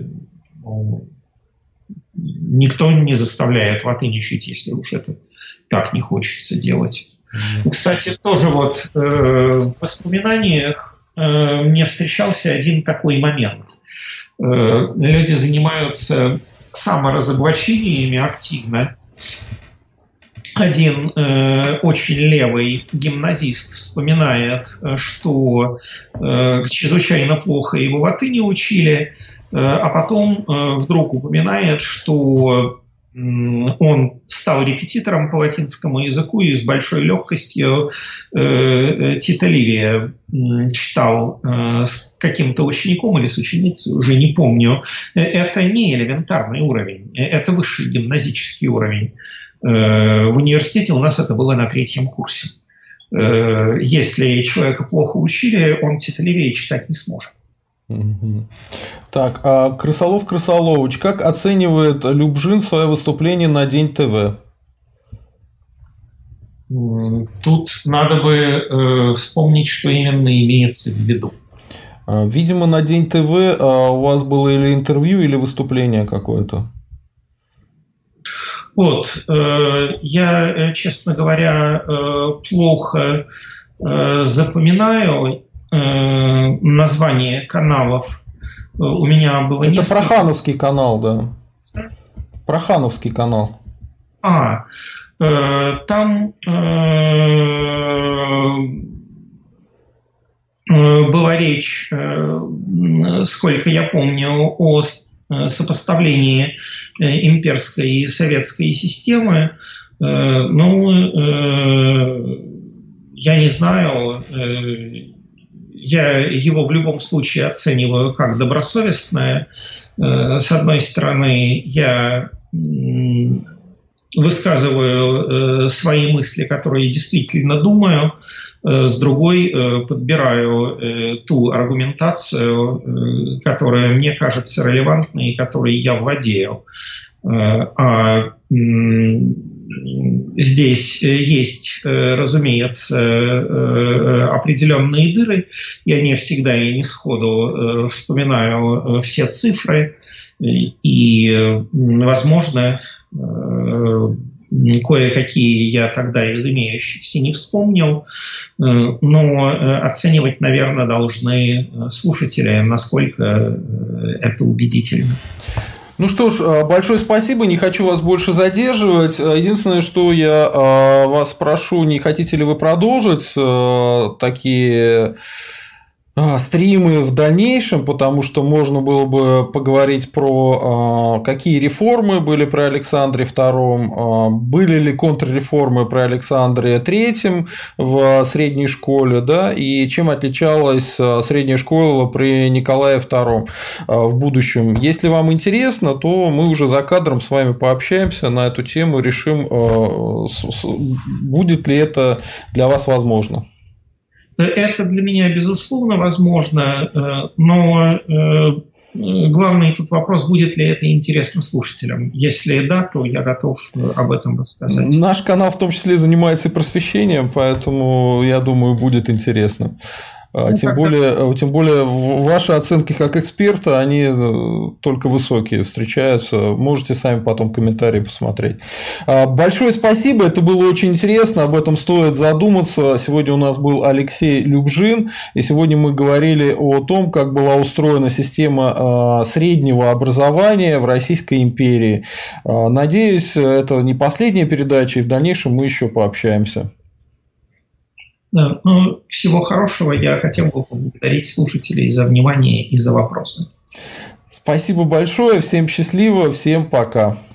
Никто не заставляет латынь учить, если уж это так не хочется делать. Кстати, тоже в воспоминаниях мне встречался один такой момент. Люди занимаются саморазоблачениями активно. Один очень левый гимназист вспоминает, что чрезвычайно плохо его латыни учили, а потом вдруг упоминает, что он стал репетитором по латинскому языку и с большой легкостью Тита Ливия читал с каким-то учеником или с ученицей, уже не помню. Это не элементарный уровень, это высший гимназический уровень. В университете у нас это было на 3-м курсе. Если человека плохо учили, он Тита Ливия читать не сможет. Так, а Крысолов Крысолович, как оценивает Любжин свое выступление на День ТВ? Тут надо бы вспомнить, что именно имеется в виду. Видимо, на День ТВ у вас было или интервью, или выступление какое-то. Я, честно говоря, плохо запоминаю название каналов. У меня было это несколько... Прохановский канал, да. Прохановский канал. Там была речь, сколько я помню, о сопоставлении имперской и советской системы. Я не знаю, я его в любом случае оцениваю как добросовестное. С одной стороны, я высказываю свои мысли, которые действительно думаю, с другой подбираю ту аргументацию, которая мне кажется релевантной и которой я владею. Здесь есть, разумеется, определенные дыры. Я не всегда и не сходу вспоминаю все цифры. И, возможно, кое-какие я тогда из имеющихся не вспомнил. Но оценивать, наверное, должны слушатели, насколько это убедительно. Ну что ж, большое спасибо, не хочу вас больше задерживать. Единственное, что я вас прошу, не хотите ли вы продолжить такие стримы в дальнейшем, потому что можно было бы поговорить про какие реформы были при Александре II, были ли контрреформы при Александре III в средней школе, да, и чем отличалась средняя школа при Николае II в будущем. Если вам интересно, то мы уже за кадром с вами пообщаемся на эту тему, решим, будет ли это для вас возможно. Это для меня, безусловно, возможно, но главный тут вопрос, будет ли это интересно слушателям. Если да, то я готов об этом рассказать. Наш канал в том числе занимается и просвещением, поэтому, я думаю, будет интересно. Тем более, ваши оценки как эксперта, они только высокие встречаются. Можете сами потом комментарии посмотреть. Большое спасибо, это было очень интересно, об этом стоит задуматься. Сегодня у нас был Алексей Любжин, и сегодня мы говорили о том, как была устроена система среднего образования в Российской империи. Надеюсь, это не последняя передача, и в дальнейшем мы еще пообщаемся. Всего хорошего. Я хотел бы поблагодарить слушателей за внимание и за вопросы. Спасибо большое. Всем счастливо. Всем пока.